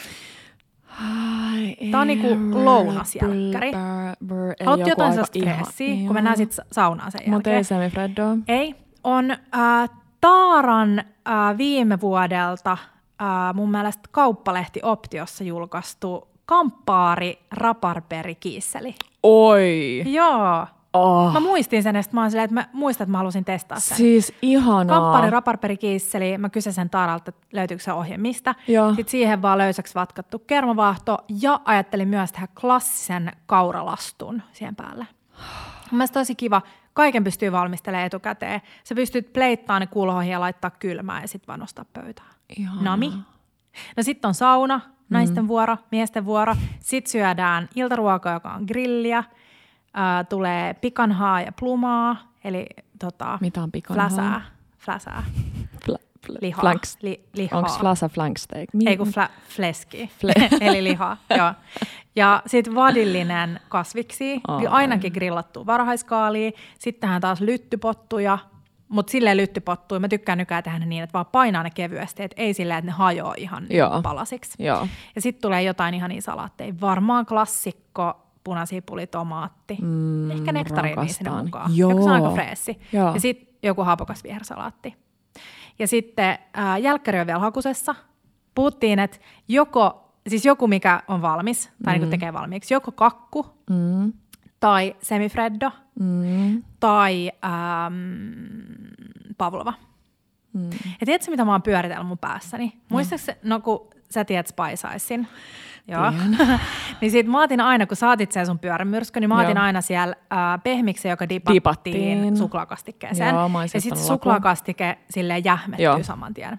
Tää on niinku lounasjälkkäri. Haluatko jotain sellaista freessiä, kun mennään sit saunaan sen jälkeen? Mutta ei semifreddoa. Ei. On äh, Taaran äh, viime vuodelta äh, mun mielestä kauppalehti-optiossa julkaistu kamppaari raparperi kiisseli. Oi! Joo. Oh. Mä muistin sen, ja mä oon silleen, että mä muistan, että mä halusin testaa sen. Siis ihanaa. Kamppaari raparperi kiisseli, mä kysäsin Taaralta, että löytyykö se ohje mistä. Joo. Sitten siihen vaan löysäksi vatkattu kermavaahto ja ajattelin myös tehdä klassisen kauralastun siihen päälle. Mun mielestä tosi kiva. Kaiken pystyy valmistelemaan etukäteen. Sä pystyt pleittaamaan ne kulhoihin ja laittaa kylmään ja sitten vaan nostaa pöytään. Ihanaa. Nami. No sitten on sauna, naisten mm. vuoro, miesten vuoro. Sitten syödään iltaruokaa, joka on grilliä. Äh, tulee pikanhaa ja plumaa, eli tota, mitä on pikanhaa? Fläsää. Fläsää. Fla, fl- lihaa. Flanks. Li, lihaa. Onko fläsä flanksteak? Ei kun fla, fleski, Fle- eli lihaa. Joo. Ja sitten vadillinen kasviksi, Oh. ainakin grillattua varhaiskaalia. Sittenhän taas lyttypottuja, mutta silleen lyttypottuja. Mä tykkään nykyään tehdä ne niin, että vaan painaa ne kevyesti, että ei silleen, että ne hajoaa ihan Joo. palasiksi. Joo. Ja sitten tulee jotain ihania salaatteja. Varmaan klassikko, punasipuli, tomaatti. Mm, Ehkä nektariini sinne mukaan. Joo. Joku se on aika freessi. Joo. Ja sitten joku hapokas vihersalaatti. Ja sitten äh, jälkkäri on vielä hakusessa. Puhuttiin, että joko, siis joku mikä on valmis, tai mm. niin tekee valmiiksi, joko kakku, Mm. tai semifreddo, Mm. tai ähm, pavlova. Mm. Ja tiedätkö, mitä mä oon pyöritellyt mun päässäni? Muistaakseni, no kun sä tiedät Spice Icein, joo. niin sit mä otin aina, kun saatit sen sun pyörämyrskö, niin mä otin aina siellä äh, pehmiksen, joka dipattiin, Dipattiin. suklaakastikkeeseen. Joo, ja sitten suklaakastike silleen jähmettyy Joo. saman tien.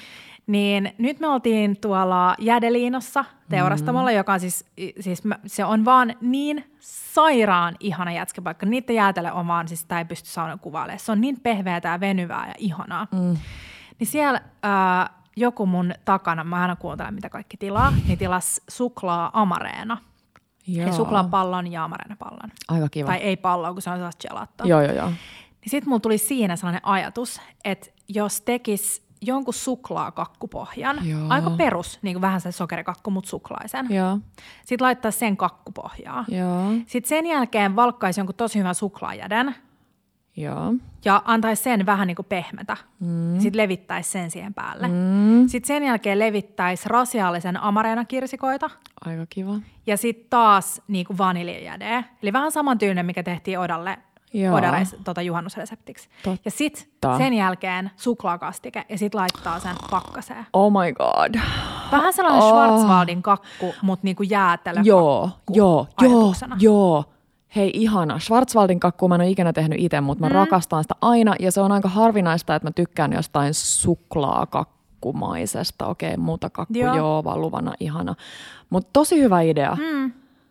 Niin nyt me oltiin tuolla Jädeliinossa teurastamolla, mm. joka on siis, siis se on vaan niin sairaan ihana jätskipaikka. Niiden jäätele on vaan, siis sitä ei pysty saunan kuvailemaan. Se on niin pehveätä ja venyvää ja ihanaa. Mm. Niin siellä äh, joku mun takana, mä aina kuuntelen mitä kaikki tilaa, niin tilas suklaa amareena. Eli suklaapallon ja amareenapallon. Aika kiva. Tai ei palloa, kun se on sellaista gelattoa. Joo, joo, joo. Niin sit mulla tuli siinä sellainen ajatus, että jos tekis jonkun suklaakakkupohjan, Joo. aika perus, niin kuin vähän se sokerikakku, mutta suklaisen. Joo. Sitten laittaa sen kakkupohjaa. Joo. Sitten sen jälkeen valkkaisi jonkun tosi hyvän suklaajäden Joo. ja antaisi sen vähän niin kuin pehmetä. Mm. Sitten levittäisi sen siihen päälle. Mm. Sitten sen jälkeen levittäisi rasiaalisen amareenakirsikoita. Aika kiva. Ja sitten taas niin kuin vaniljajädeä. Eli vähän samantyylinen, mikä tehtiin Odalle Odareis, tota, juhannusreseptiksi. Totta. Ja sitten sen jälkeen suklaakastike ja sitten laittaa sen pakkaseen. Oh my god. Vähän sellainen oh. Schwarzwaldin kakku, mutta niinku jäätelökakku. Joo, joo, joo, ajatuksena. joo. Hei, ihana. Schwarzwaldin kakkua mä en ole ikinä tehnyt itse, mutta mä mm. rakastan sitä aina. Ja se on aika harvinaista, että mä tykkään jostain suklaakakkumaisesta. Okei, muuta kakku, joo, joo valuvana, ihana. Mutta tosi hyvä idea. Mm.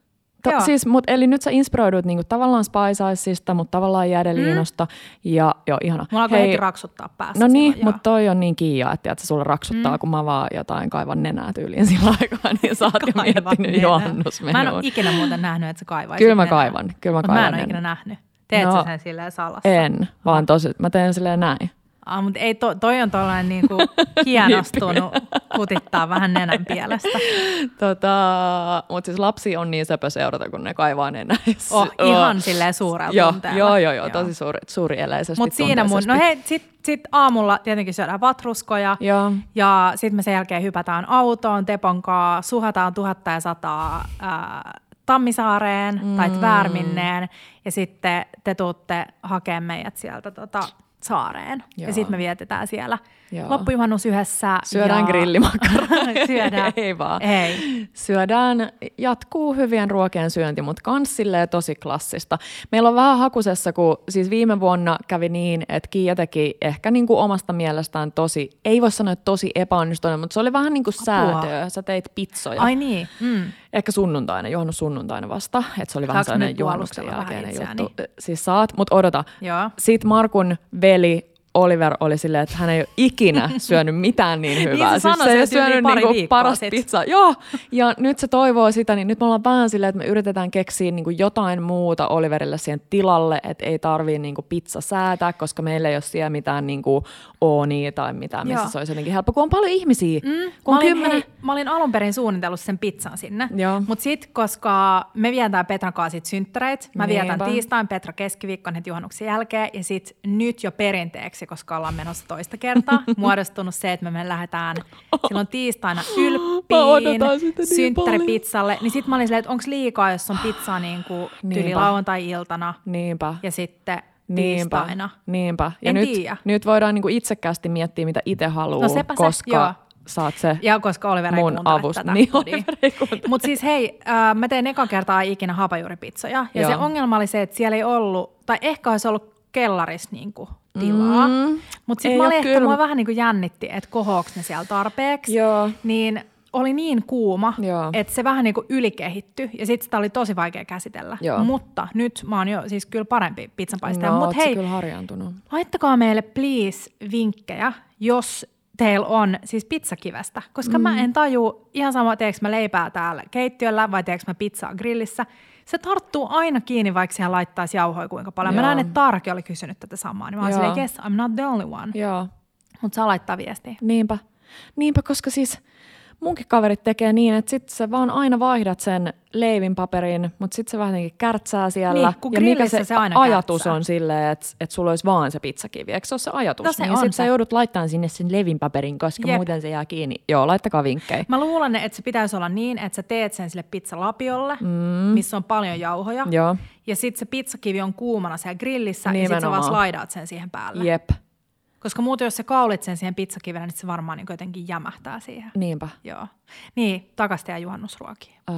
To, siis, mut, eli nyt sä inspiroidut niinku tavallaan Spice Icesista, mutta tavallaan Jäädeliinosta. Mm. Ja joo, ihana. Mulla alkoi heti raksuttaa päässä. No niin, silloin, mutta toi on niin kiia, että, että se sulle raksuttaa, mm. kun mä vaan jotain kaivan nenää tyyliin sillä aikaa, niin sä oot jo miettinyt juhannusmenuun. Mä en ole ikinä muuten nähnyt, että sä kaivaisit Kyllä mä nenää. kaivan, kyllä mä Mut kaivan mä en ole ikinä nähnyt. Teet no, sä sen silleen salassa? En, vaan tosi, mä teen silleen näin. Ah, mutta ei to, toi on tollainen niinku hienostunut, kutittaa vähän nenän pielestä. Tota, mutta siis lapsi on niin söpö seurata, kun ne kaivaa nenäissä. Oh, ihan silleen suurella joo, tunteella. joo, joo, joo, tosi suuri, suurieleisesti. Mutta siinä mun, no hei, sit, sit aamulla tietenkin syödään vatruskoja. Joo. Ja sitten me sen jälkeen hypätään autoon Teponkaa, suhataan tuhatta ja sataa ää, Tammisaareen mm. tai Tvärminneen. Ja sitten te tuutte hakemaan meidät sieltä tota, saareen. Joo. Ja sitten me vietetään siellä Joo. loppujuhannus yhdessä. Syödään ja grillimakkaroita. Syödään. Ei vaan. Ei. Syödään, jatkuu hyvien ruokien syönti, mutta kans silleen tosi klassista. Meillä on vähän hakusessa, kun siis viime vuonna kävi niin, että Kiia teki ehkä niin kuin omasta mielestään tosi, ei voi sanoa, että tosi epäonnistunut, mutta se oli vähän niin kuin säätöä. Sä teit pizzoja. Ai niin. Mm. Ehkä sunnuntaina, juhannus sunnuntaina vasta, että se oli vähän Saanko sellainen juhannuksen jälkeinen juttu. Siis saat, mutta odota. Joo. Sitten Markun veli Oliver oli silleen, että hän ei ole ikinä syönyt mitään niin hyvää. Niin se siis sanoi, se ei ole se syönyt pari niinku viikkoa parasta sit. pizzaa. Joo, ja nyt se toivoo sitä, niin nyt me ollaan vähän silleen, että me yritetään keksiä niinku jotain muuta Oliverille siihen tilalle, että ei tarvii niinku pizza säätää, koska meillä ei ole siellä mitään niinku oonia tai mitään, missä Joo. se olisi jotenkin helppo, kun on paljon ihmisiä. Mm, kun mä, olin, kymmenen... hei, mä olin alun perin suunnitellut sen pizzan sinne, mutta sitten koska me vietään Petran kanssa sit synttäreitä, mä Niinpä. vietän tiistain, Petra keskiviikkon heti juhannuksen jälkeen, ja sitten nyt jo perinteeksi, koska ollaan menossa toista kertaa, muodostunut se, että me lähdetään silloin tiistaina Ylppiin niin synttäripizzalle, niin sitten mä olin silleen, että onko liikaa, jos on pizzaa niin kuin tyyli lauantai-iltana Niinpä. ja sitten Niinpä, tiistaina. niinpä. Ja En nyt, tiedä. nyt voidaan niinku itsekkäästi miettiä, mitä itse haluaa, No sepä se, koska joo. saat se Ja koska Oliver ei mun kuuntele avust. tätä. Niin, Oliver ei kuuntele. Mutta siis hei, äh, mä tein eka kertaa ikinä hapajuuripizzoja. Ja Joo. se ongelma oli se, että siellä ei ollut, tai ehkä olisi ollut kellarissa niinku tilaa. Mm, Mutta sitten mä olin ehkä, mua vähän niinku jännitti, että kohoako ne siellä tarpeeksi. Joo. Niin oli niin kuuma, Joo. että se vähän niinku ylikehittyi. Ja sitten sitä oli tosi vaikea käsitellä. Joo. Mutta nyt mä oon jo siis kyllä parempi pizzanpaistaja. No, Mutta hei, kyllä harjaantunut. laittakaa meille please vinkkejä, jos teillä on siis pizzakivestä, koska mm. mä en taju ihan sama, teekö mä leipää täällä keittiöllä vai teekö mä pizzaa grillissä. Se tarttuu aina kiinni, vaikka siihen laittaisi jauhoja kuinka paljon. Joo. Mä näin, että Tarki oli kysynyt tätä samaa, niin mä olin silleen, yes, I'm not the only one. Joo. Mutta saa laittaa viestiä. Niinpä. Niinpä, koska siis munkin kaverit tekee niin, että sit sä vaan aina vaihdat sen leivinpaperin, mutta sit se vähän jotenkin kärtsää siellä. Niin, kun ja mikä se, se aina ajatus kärtsää. on silleen, että et sulla olisi vaan se pizzakivi. Eikö se ole se ajatus? No se niin on sit se. sä joudut laittamaan sinne sen leivinpaperin, koska Jep. muuten se jää kiinni. Joo, laittakaa vinkkejä. Mä luulen, että se pitäisi olla niin, että sä teet sen sille pizzalapiolle, mm. missä on paljon jauhoja. Joo. Ja sit se pizzakivi on kuumana siellä grillissä ja sit sä Nimenomaan. vaan slaidaat sen siihen päälle. Jep. Koska muuten jos sä kaulit sen siihen pizzakivenä, niin se varmaan niin jotenkin jämähtää siihen. Niinpä. Joo. Niin, takaisin teidän juhannusruokiin. Öö,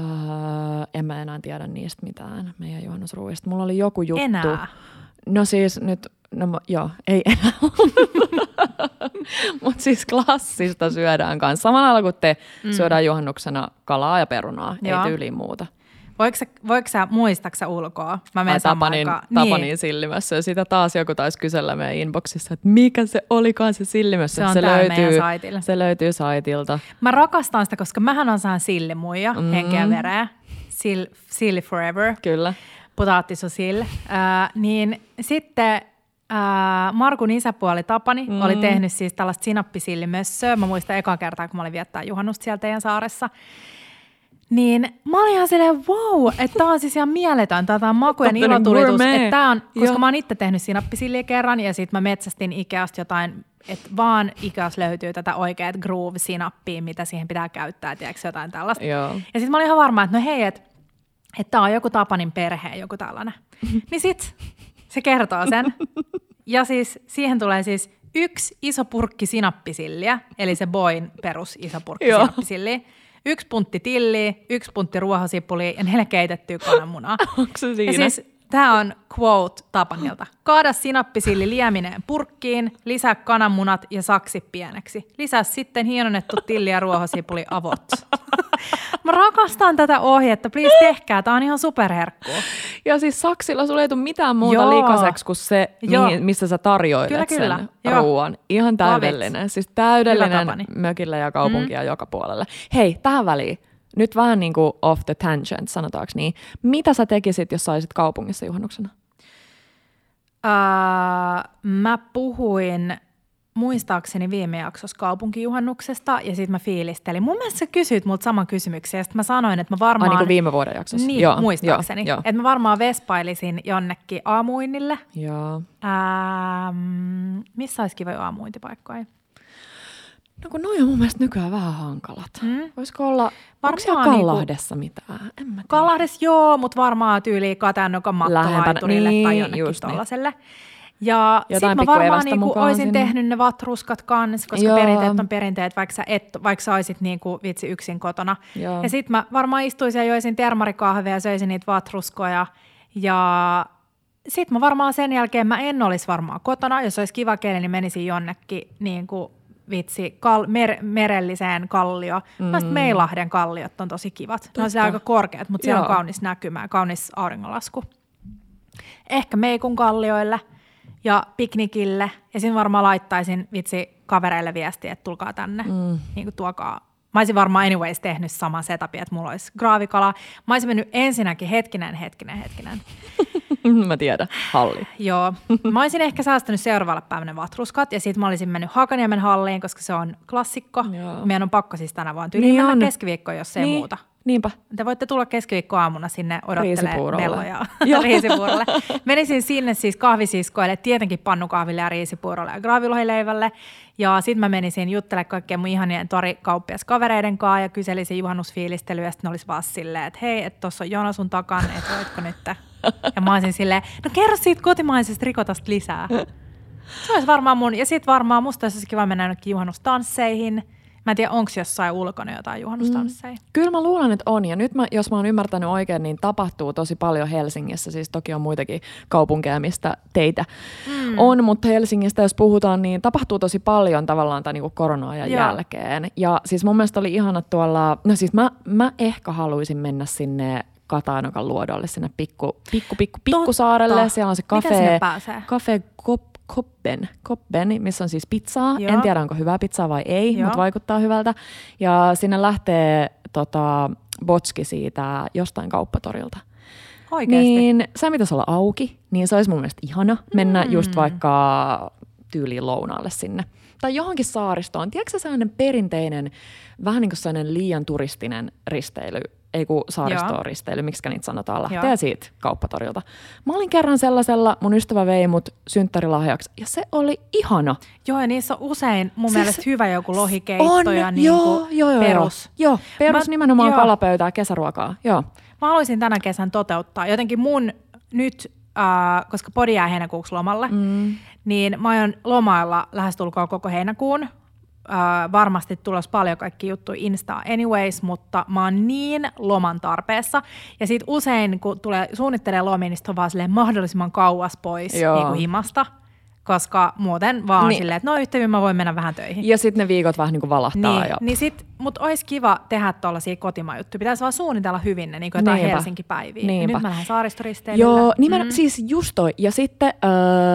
en mä enää tiedä niistä mitään meidän juhannusruuista. Mulla oli joku juttu. Enää? No siis nyt, no joo, ei enää. Mutta siis klassista syödään kanssa. Samalla lailla kuin te mm. syödään juhannuksena kalaa ja perunaa, joo. ei tyyliin muuta. Voiko sä, voiko sä muistaksä ulkoa? Mä menen Tapanin, Tapanin niin. sillimässä ja sitä taas joku taisi kysellä meidän inboxissa, että mikä se olikaan se sillimässä. Se on se täällä löytyy, meidän saitilla. Se löytyy saitilta. Mä rakastan sitä, koska mähän osaan sillimuija, mm. henkeä vereä. Sil, silli forever. Kyllä. Potaattisosil. Äh, niin sitten äh, Markun isäpuoli Tapani mm. oli tehnyt siis tällaista sinappisillimössöä. Mä muistan eka kertaa, kun mä olin viettää juhannusta siellä teidän saaressa. Niin mä olin ihan silleen, wow, että tää on siis ihan mieletön, tää on makujen ilotulitus, että tää on, koska Joo. mä oon itse tehnyt sinappisilliä kerran ja sit mä metsästin Ikeasta jotain, että vaan Ikeasta löytyy tätä oikeat groove-sinappia, mitä siihen pitää käyttää, tiedätkö jotain tällaista. Joo. Ja sit mä olin ihan varma, että no hei, että et tää on joku Tapanin perhe, joku tällainen. Niin sit se kertoo sen. Ja siis siihen tulee siis yksi iso purkki sinappisilliä, eli se Boin perus iso purkki sinappisilliä. Yksi puntti tilliä, yksi puntti ruohosipulia ja neljä keitettyä kananmunaa. Onko se siinä? Ja siis tämä on quote Tapanilta. Kaada sinappisilli liemineen purkkiin, lisää kananmunat ja saksi pieneksi. Lisää sitten hienonnettu tilli ja ruohosipuli avot. Mä rakastan tätä ohjetta, please tehkää, tää on ihan superherkkua. Ja siis saksilla sulla ei tule mitään muuta Joo. likaseksi kuin se, mihin, missä sä tarjoilet kyllä, sen kyllä. ruuan. Ihan täydellinen. Siis täydellinen mökillä ja kaupunkia mm. joka puolelle. Hei, tähän väliin. Nyt vähän niin kuin off the tangent, sanotaanko niin. Mitä sä tekisit, jos sä olisit kaupungissa juhannuksena? Uh, mä puhuin muistaakseni viime jaksossa kaupunkijuhannuksesta ja sitten mä fiilistelin. Mun mielestä sä kysyit multa saman kysymyksen ja sitten mä sanoin, että mä varmaan... Ai niin kuin viime vuoden jaksossa? Niin, joo, muistaakseni. Joo, joo. Että mä varmaan vespailisin jonnekin aamuinnille. Joo. Ähm, missä olisi kivoja aamuintipaikkoja? No kun noi on mun mielestä nykyään vähän hankalat. Mm. Voisiko olla... Onko siellä Kallahdessa niinku, mitään? En mä tiedä. Kallahdessa joo, mutta varmaan tyyliin Katannokan mattolaiturille niin, tai jonnekin tollaselle. Niin. Ja sitten mä varmaan niinku olisin sinne. tehnyt ne vatruskat kanssa, koska joo. perinteet on perinteet, vaikka sä, et, vaikka sä olisit niinku vitsi yksin kotona. Joo. Ja sitten mä varmaan istuisin ja joisin termarikahvia ja söisin niitä vatruskoja. Ja sitten mä varmaan sen jälkeen mä en olisi varmaan kotona. Jos olisi kiva keli, niin menisin jonnekin niinku vitsi kal- mer- merelliseen kallioon. Mm. No Meilahden kalliot on tosi kivat. Totta. Ne on siellä aika korkeat, mutta siellä joo. on kaunis näkymä, kaunis auringonlasku. Ehkä Meikun kallioille. Ja piknikille, ja sitten varmaan laittaisin vitsi kavereille viestiä, että tulkaa tänne, mm. niin kuin tuokaa. Mä olisin varmaan anyways tehnyt saman setupin, että mulla olisi graavikala. Mä olisin mennyt ensinnäkin hetkinen, hetkinen, hetkinen. Mä tiedän, halli. Joo. Mä olisin ehkä säästänyt seuraavalle päivänä vatruskat, ja sitten mä olisin mennyt Hakaniemen halliin, koska se on klassikko. Joo. Meidän on pakko siis tänä vaan tyyliin niin mennä keskiviikkoon, jos ei niin. muuta. Niinpä. Te voitte tulla keskiviikkoaamuna sinne odottelemaan melloja riisipuurolle. Menisin sinne siis kahvisiskoille, tietenkin pannukahville ja riisipuurolle ja graavilohileivälle. Ja sitten mä menisin juttelemaan kaikkien mun ihanien torikauppiaskavereiden kanssa ja kyselisin juhannusfiilistelyä. Ja sitten ne olisi vaan silleen, että hei, että tuossa on Joona sun takan, että voitko nyt? Ja mä olisin silleen, no kerro siitä kotimaisesta rikotasta lisää. Se olisi varmaan mun, ja sitten varmaan musta olisi kiva mennä jonnekin juhannustansseihin. Mä en tiedä, onko jossain ulkona jotain juhannustansseja. Mm. Kyllä mä luulen, että on. Ja nyt mä, jos mä oon ymmärtänyt oikein, niin tapahtuu tosi paljon Helsingissä. Siis toki on muitakin kaupunkeja, mistä teitä mm. on. Mutta Helsingistä, jos puhutaan, niin tapahtuu tosi paljon tavallaan tämän niin korona-ajan Joo. jälkeen. Ja siis mun mielestä oli ihana tuolla, no siis mä, mä ehkä haluaisin mennä sinne Katanokan luodolle, sinne pikku, pikku, pikku, pikkusaarelle. Siellä on se kafe. Mitä sinne pääsee? Kafe Kop. Kobben, Kobben, missä on siis pizzaa. Joo. En tiedä, onko hyvää pizzaa vai ei, mutta vaikuttaa hyvältä. Ja sinne lähtee tota, botski siitä jostain kauppatorilta. Oikeasti? Niin se pitäisi olla auki, niin se olisi mun mielestä ihana mennä mm. just vaikka tyyliin lounaalle sinne. Tai johonkin saaristoon. Tiedätkö se sellainen perinteinen, vähän niin kuin sellainen liian turistinen risteily, ei kun saaristoon-risteily, miksi niitä sanotaan, lähtee Joo. siitä kauppatorilta. Mä olin kerran sellaisella, mun ystävä vei mut synttärilahjaksi, ja se oli ihana. Joo, ja niissä on usein mun siis mielestä hyvä joku lohikeitto on, ja niin joo, joo, joo, perus. Joo, perus Mä, nimenomaan joo. kalapöytää, kesäruokaa, joo. Mä haluaisin tänä kesän toteuttaa jotenkin mun nyt, äh, koska podi jää heinäkuuksi lomalle, mm. niin mä aion lomailla lähestulkoon koko heinäkuun. Uh, varmasti tulos paljon kaikki juttuja Instaa anyways, mutta mä oon niin loman tarpeessa. Ja sit usein, kun tulee suunnittelee lomia, niin sit on vaan silleen mahdollisimman kauas pois niin kuin himasta. Koska muuten vaan niin. silleen, että no yhtä hyvin mä voin mennä vähän töihin. Ja sitten ne viikot vähän niin kuin valahtaa. Niin, jo. niin sit, mut olisi kiva tehdä tollaisia kotimaan juttuja. Pitäisi vaan suunnitella hyvin ne, niin kuin jotain Helsinki-päiviä. Nyt mä lähden saaristoristeille. Joo, nimen, mm. siis just toi. Ja sitten öö,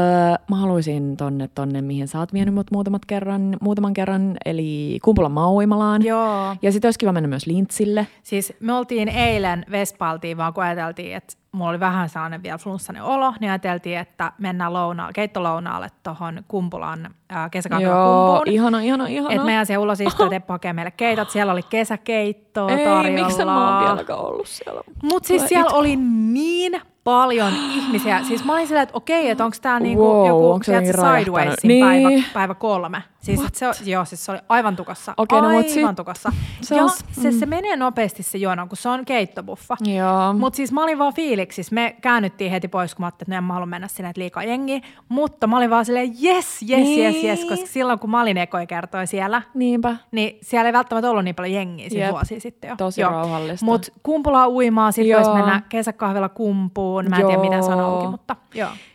mä haluaisin tonne, tonne, mihin sä oot vienyt mut muutamat kerran, muutaman kerran, eli Kumpulan Mauimalaan. Joo. Ja sitten olisi kiva mennä myös Lintsille. Siis me oltiin eilen Vespaltiin, vaan kun ajateltiin, että mulla oli vähän sellainen vielä flunssainen olo, niin ajateltiin, että mennään lounaalle, keittolounaalle tuohon Kumpulan äh, kesäkahvilakumpuun. Joo, ihana, ihana, ihana. Että meidän siellä ulos istui, että Teppo hakee meille keitot. Siellä oli kesäkeittoa tarjolla. Ei, miksi mä oon vieläkään ollut siellä? Mutta siis siellä itku. oli niin paljon ihmisiä. Siis mä olin silleen, että okei, että onko tää niinku wow, joku Sidewaysin niin. päivä, päivä kolme. Siis se, joo, siis se oli aivan tukassa. Okay, aivan no, sit, tukassa. Se ja on, se, mm. se menee nopeasti se jono, kun se on keittobuffa. Joo. Mutta siis mä olin vaan fiiliksissä. Me käännyttiin heti pois, kun mä ajattelin, että en mä halua mennä sinne, että liikaa jengiä. Mutta mä olin vaan silleen, yes, yes, niin. yes, yes, koska silloin kun mä olin ekoi kertoi siellä, Niinpä. niin siellä ei välttämättä ollut niin paljon jengiä siinä vuosia sitten jo. Tosi joo. rauhallista. Mutta Kumpulaa uimaa, sit vois mennä kesäkahvilla kumpuun. Mä en joo. tiedä, mitä se on auki, mutta joo.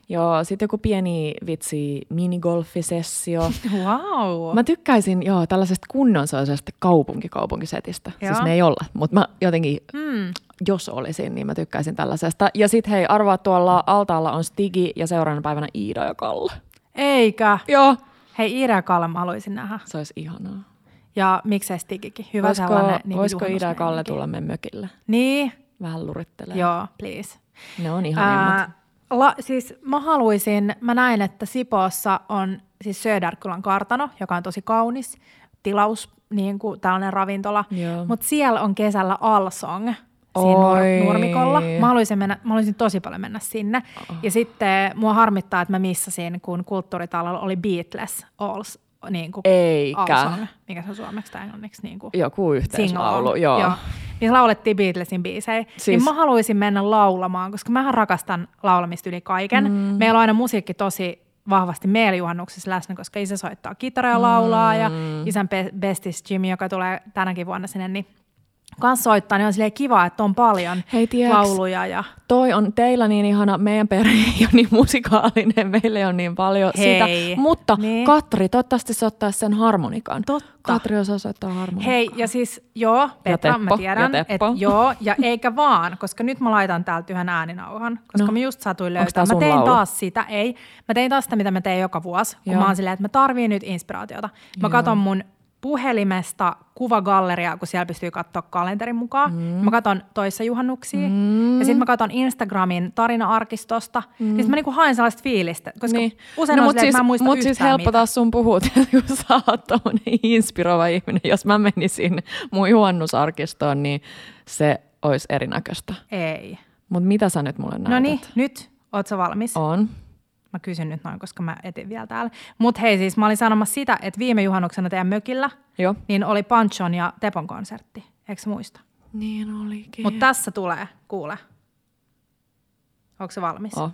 Joo, sitten joku pieni vitsi minigolfisessio. Wow. Mä tykkäisin joo, tällaisesta kunnon sellaisesta kaupunkikaupunkisetistä. Joo. Siis me ei olla, mutta mä jotenkin, mm. jos olisin, niin mä tykkäisin tällaisesta. Ja sit hei, arvaa tuolla altaalla on Stigi ja seuraavana päivänä Iida ja Kalle. Eikä? Joo. Hei, Iida ja Kalle mä haluaisin nähdä. Se olisi ihanaa. Ja miksei Stigikin? Hyvä voisiko, sellainen niin voisiko Iida ja Kalle tulla meidän mökille? Niin. Vähän lurittelee. Joo, please. Ne on ihanimmat. Ää, la, siis mä haluaisin, mä näin, että Sipoossa on siis Söderkylän kartano, joka on tosi kaunis tilaus, niin kuin tällainen ravintola. Mutta siellä on kesällä Allsong siinä Oi. Nurmikolla. Mä haluaisin, mennä, mä haluaisin tosi paljon mennä sinne. Oh. Ja sitten mua harmittaa, että mä missasin, kun kulttuuritalolla oli Beatles Alls. Niin kuin Eikä. Allsong, mikä se on suomeksi tai englanniksi. Niin kuin joku yhteislaulu, joo. joo. Niin laulettiin Beatlesin biisejä. Siis. Niin mä haluaisin mennä laulamaan, koska mähän rakastan laulamista yli kaiken. Mm. Meillä on aina musiikki tosi vahvasti meillä juhannuksessa läsnä, koska isä soittaa kitaraa ja laulaa mm. ja isän bestis Jimmy, joka tulee tänäkin vuonna sinne, niin kanssa soittaa, niin on silleen kiva, että on paljon Hei, tiiäks, lauluja. Ja toi on teillä niin ihana, meidän perhe ei ole niin musikaalinen, meille on niin paljon Hei, sitä. Mutta niin. Katri, toivottavasti se ottaisi sen harmonikan. Totta. Katri osaa soittaa harmonikaa. Hei, ja siis joo, Petra, Teppo, mä tiedän, että joo, ja eikä vaan, koska nyt mä laitan täältä yhden ääninauhan, koska no. mä just satuin löytää. Mä tein laulu? taas sitä, ei, mä tein taas sitä, mitä mä teen joka vuosi, kun joo. mä oon silleen, että mä tarviin nyt inspiraatiota. Mä joo. katon mun puhelimesta kuvagalleriaa, kun siellä pystyy katsoa kalenterin mukaan. Mm. Mä katson toissa juhannuksia. Mm. Ja sitten mä katson Instagramin tarina-arkistosta. Mm. Ja sit mä niinku haen sellaista fiilistä. Koska niin. usein no, on silleen, siis, että mä en muista Mut yhtään siis helppo mitä. taas sun puhut, kun sä oot tommonen inspiroiva ihminen. Jos mä menisin mun juhannusarkistoon, niin se olisi erinäköistä. Ei. Mut mitä sä nyt mulle näytät? No niin, nyt. Oot sä valmis? On. Mä kysyn nyt noin, koska mä etin vielä täällä. Mut hei siis, mä olin sanomassa sitä, että viime juhannuksena teidän mökillä, Joo. niin oli Panchon ja Tepon konsertti. Eikö sä muista? Niin olikin. Mut tässä tulee, kuule. Onko se valmis? Oh.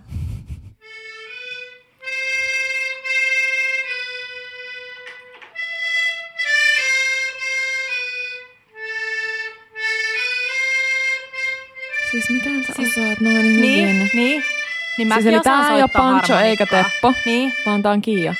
Siis miten sä siis, osaat noin hyvin? Niin, niin. Niin siis eli tää ei ole Pancho eikä Teppo, niin. vaan tää on Kiia.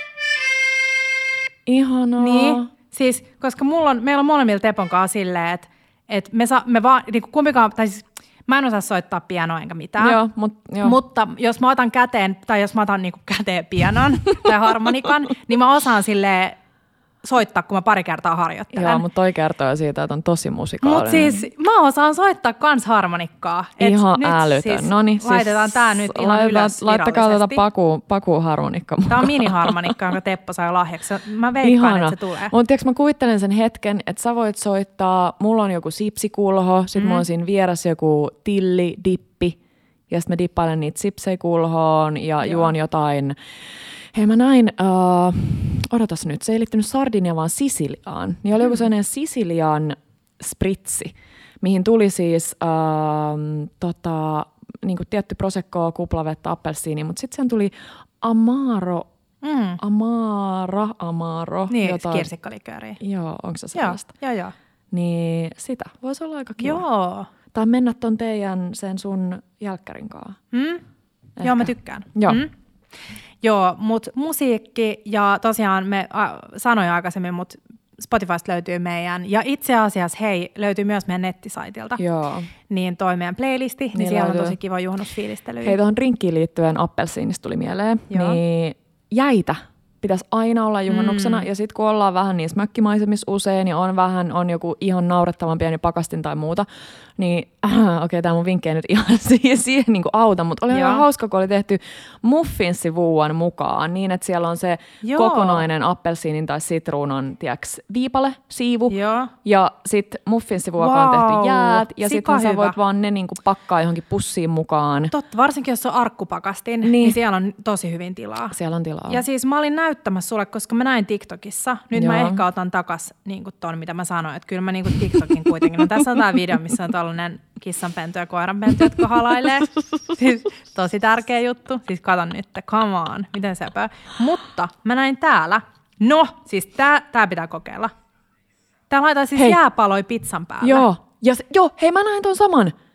Ihanaa. Niin, siis koska mulla on, meillä on molemmilla Tepon kanssa silleen, että et me, sa, me vaan, niin kumpikaan, tai siis mä en osaa soittaa pianoa enkä mitään. Joo, mut, joo. Mutta jos mä otan käteen, tai jos mä otan niin käteen pianon tai harmonikan, niin mä osaan silleen soittaa, kun mä pari kertaa harjoittelen. Joo, mutta toi kertoo siitä, että on tosi musikaalinen. Mutta siis mä osaan soittaa kans harmonikkaa. Et ihan nyt älytön. Siis Noniin, laitetaan siis tää nyt ihan laitetaan, ylös laittakaa tätä paku, pakuharmonikka mukaan. Tää on miniharmonikka, jonka Teppo sai lahjaksi. Mä veikkaan, ihana. että se tulee. Mutta tiiäks, mä kuvittelen sen hetken, että sä voit soittaa, mulla on joku sipsikulho, sit mm. mulla on siinä vieressä joku tilli, dippi, ja sit mä dippailen niitä sipsejä kulhoon ja Joo. juon jotain. Hei mä näin, uh, odotas nyt, se ei liittynyt Sardinia vaan Sisiliaan. Niin oli mm. joku sellainen Sisilian spritsi, mihin tuli siis uh, tota, niin kuin tietty prosecco, kuplavettä, appelsiini, mutta sitten sen tuli amaro, mm. amara, amaro. Niin, kirsikkalikööriä. Joo, onko se sellaista? Joo, joo, joo. Niin sitä voisi olla aika kiva. Joo. Tai mennä ton teidän, sen sun jälkkärin kanssa. Mm. Joo, mä tykkään. Joo. Mm. Joo, mutta musiikki ja tosiaan me äh, sanoin aikaisemmin, mutta Spotifysta löytyy meidän, ja itse asiassa hei, löytyy myös meidän nettisaitilta. Joo. Niin toi meidän playlisti, niin, niin siellä löytyy. On tosi kiva juhannusfiilistely. Hei, tuohon drinkkiin liittyen appelsiinista tuli mieleen, Joo. niin jäitä pitäisi aina olla juhannuksena, mm. ja sitten kun ollaan vähän niissä mökkimaisemissa usein, ja on vähän, on joku ihan naurettavan pieni pakastin tai muuta, niin äh, okei, okay, tämä mun vinkki ei nyt ihan siihen, siihen niin kuin auta, mutta oli ihan hauska, kun oli tehty muffinsivuuan mukaan, niin että siellä on se Joo. kokonainen appelsiinin tai sitruunan, tiiäks, viipale, siivu, Joo. ja sitten muffinsivuuan wow. on tehty jäät, ja sitten sä voit vaan ne niin kuin pakkaa johonkin pussiin mukaan. Totta, varsinkin jos on arkkupakastin, niin. niin siellä on tosi hyvin tilaa. Siellä on tilaa. Ja siis mä olin näyttämässä sulle, koska mä näin TikTokissa. Nyt Joo. mä ehkä otan takas niin ton, mitä mä sanoin. Että kyllä mä niin TikTokin kuitenkin. No, tässä on tää video, missä on tällainen kissanpentu ja koiranpentu, jotka halailee. Siis tosi tärkeä juttu. Siis katon nyt, come on, miten sepä. Mutta mä näin täällä. No, siis tää, tää pitää kokeilla. Tää laitetaan siis hei. jääpaloi pizzan päälle. Joo, ja se, joo, hei mä näin ton saman.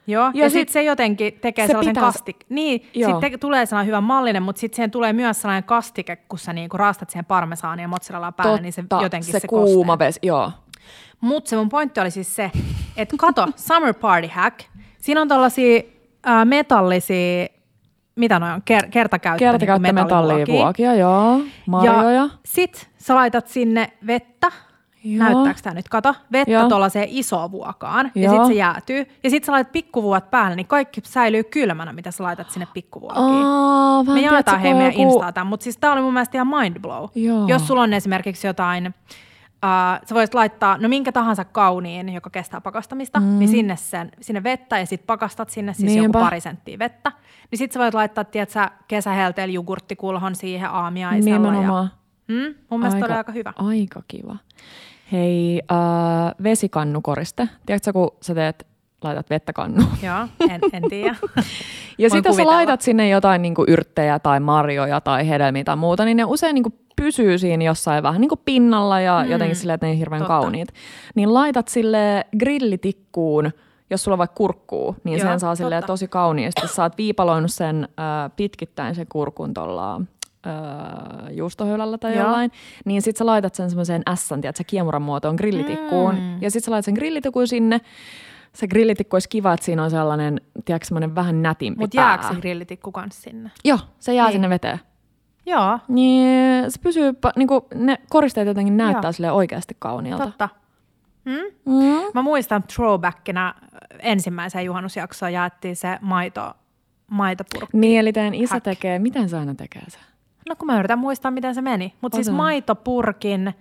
Joo, ja, ja sitten sit se jotenkin tekee se sellaisen pitäisi... kastik. Niin, sitten te- tulee sellainen hyvä mallinen, mutta sitten siihen tulee myös sellainen kastike, kun sä niinku raastat siihen parmesaania ja mozzarellaa päälle, Totta, niin se jotenkin se, se kuuma vesi, joo. Mutta se mun pointti oli siis se, että kato, Summer Party Hack, siinä on tollaisia äh, metallisia, mitä noi on, Ker- kertakäyttö, Kertakäyttö niin metallivuokia, joo, marjoja. Ja sit sä laitat sinne vettä, joo. Näyttääkö tää nyt, kato, vettä tuollaiseen isoon vuokaan, joo. Ja sit se jäätyy. Ja sit sä laitat pikkuvuot päälle, niin kaikki säilyy kylmänä, mitä sä laitat sinne pikkuvuokiin. Aa, me jaetaan hei meidän joku... Instaa tämän, mutta siis tää oli mun mielestä ihan mindblow. Joo. Jos sulla on esimerkiksi jotain... Uh, sä voisit laittaa no minkä tahansa kauniin, joka kestää pakastamista, mm. niin sinne, sen, sinne vettä ja sitten pakastat sinne siis Niinpä. joku pari senttiä vettä. Niin sit sä voit laittaa, tiedätkö, kesähelteellä jogurttikulhon siihen aamiaisella. Nimenomaan. Ja, mm, mun mielestä aika, oli aika hyvä. Aika kiva. Hei, äh, vesikannukoriste. Tiedätkö kun sä teet, laitat vettä kannuun? Joo, en, en tiedä. Ja sitten jos sä laitat sinne jotain niinku yrttejä tai marjoja tai hedelmiä tai muuta, niin ne usein niinku pysyy siinä jossain vähän niin kuin pinnalla ja mm. jotenkin silleen, että ne ei hirveän Totta. kauniit. Niin laitat sille grillitikkuun, jos sulla on vaikka kurkkuu, niin Joo, sen saa silleen tosi kauniisti. Sä oot viipaloinut sen äh, pitkittäin sen kurkun tuolla äh, juustohöylällä tai Joo. jollain. Niin sit sä laitat sen semmoiseen ässän, tiedät sä kiemuran muotoon grillitikkuun. Mm. Ja sit sä laitat sen grillitikkuun sinne. Se grillitikku olisi kiva, että siinä on sellainen, tiedätkö, semmoinen vähän nätimpi Mut pää. Mutta jääkö se grillitikku kanssa sinne? Joo, se jää niin. sinne veteen. Joo. Niin se pysyy, niinku, ne koristeet jotenkin näyttää sille oikeasti kauniilta. Totta. Hmm? Mm. Mä muistan throwbackina ensimmäiseen juhannusjaksoon jaettiin se maito, maitopurkki. Niin, eli teidän isä Hack. tekee, miten se aina tekee se? No kun mä yritän muistaa, miten se meni. Mutta siis maitopurkin...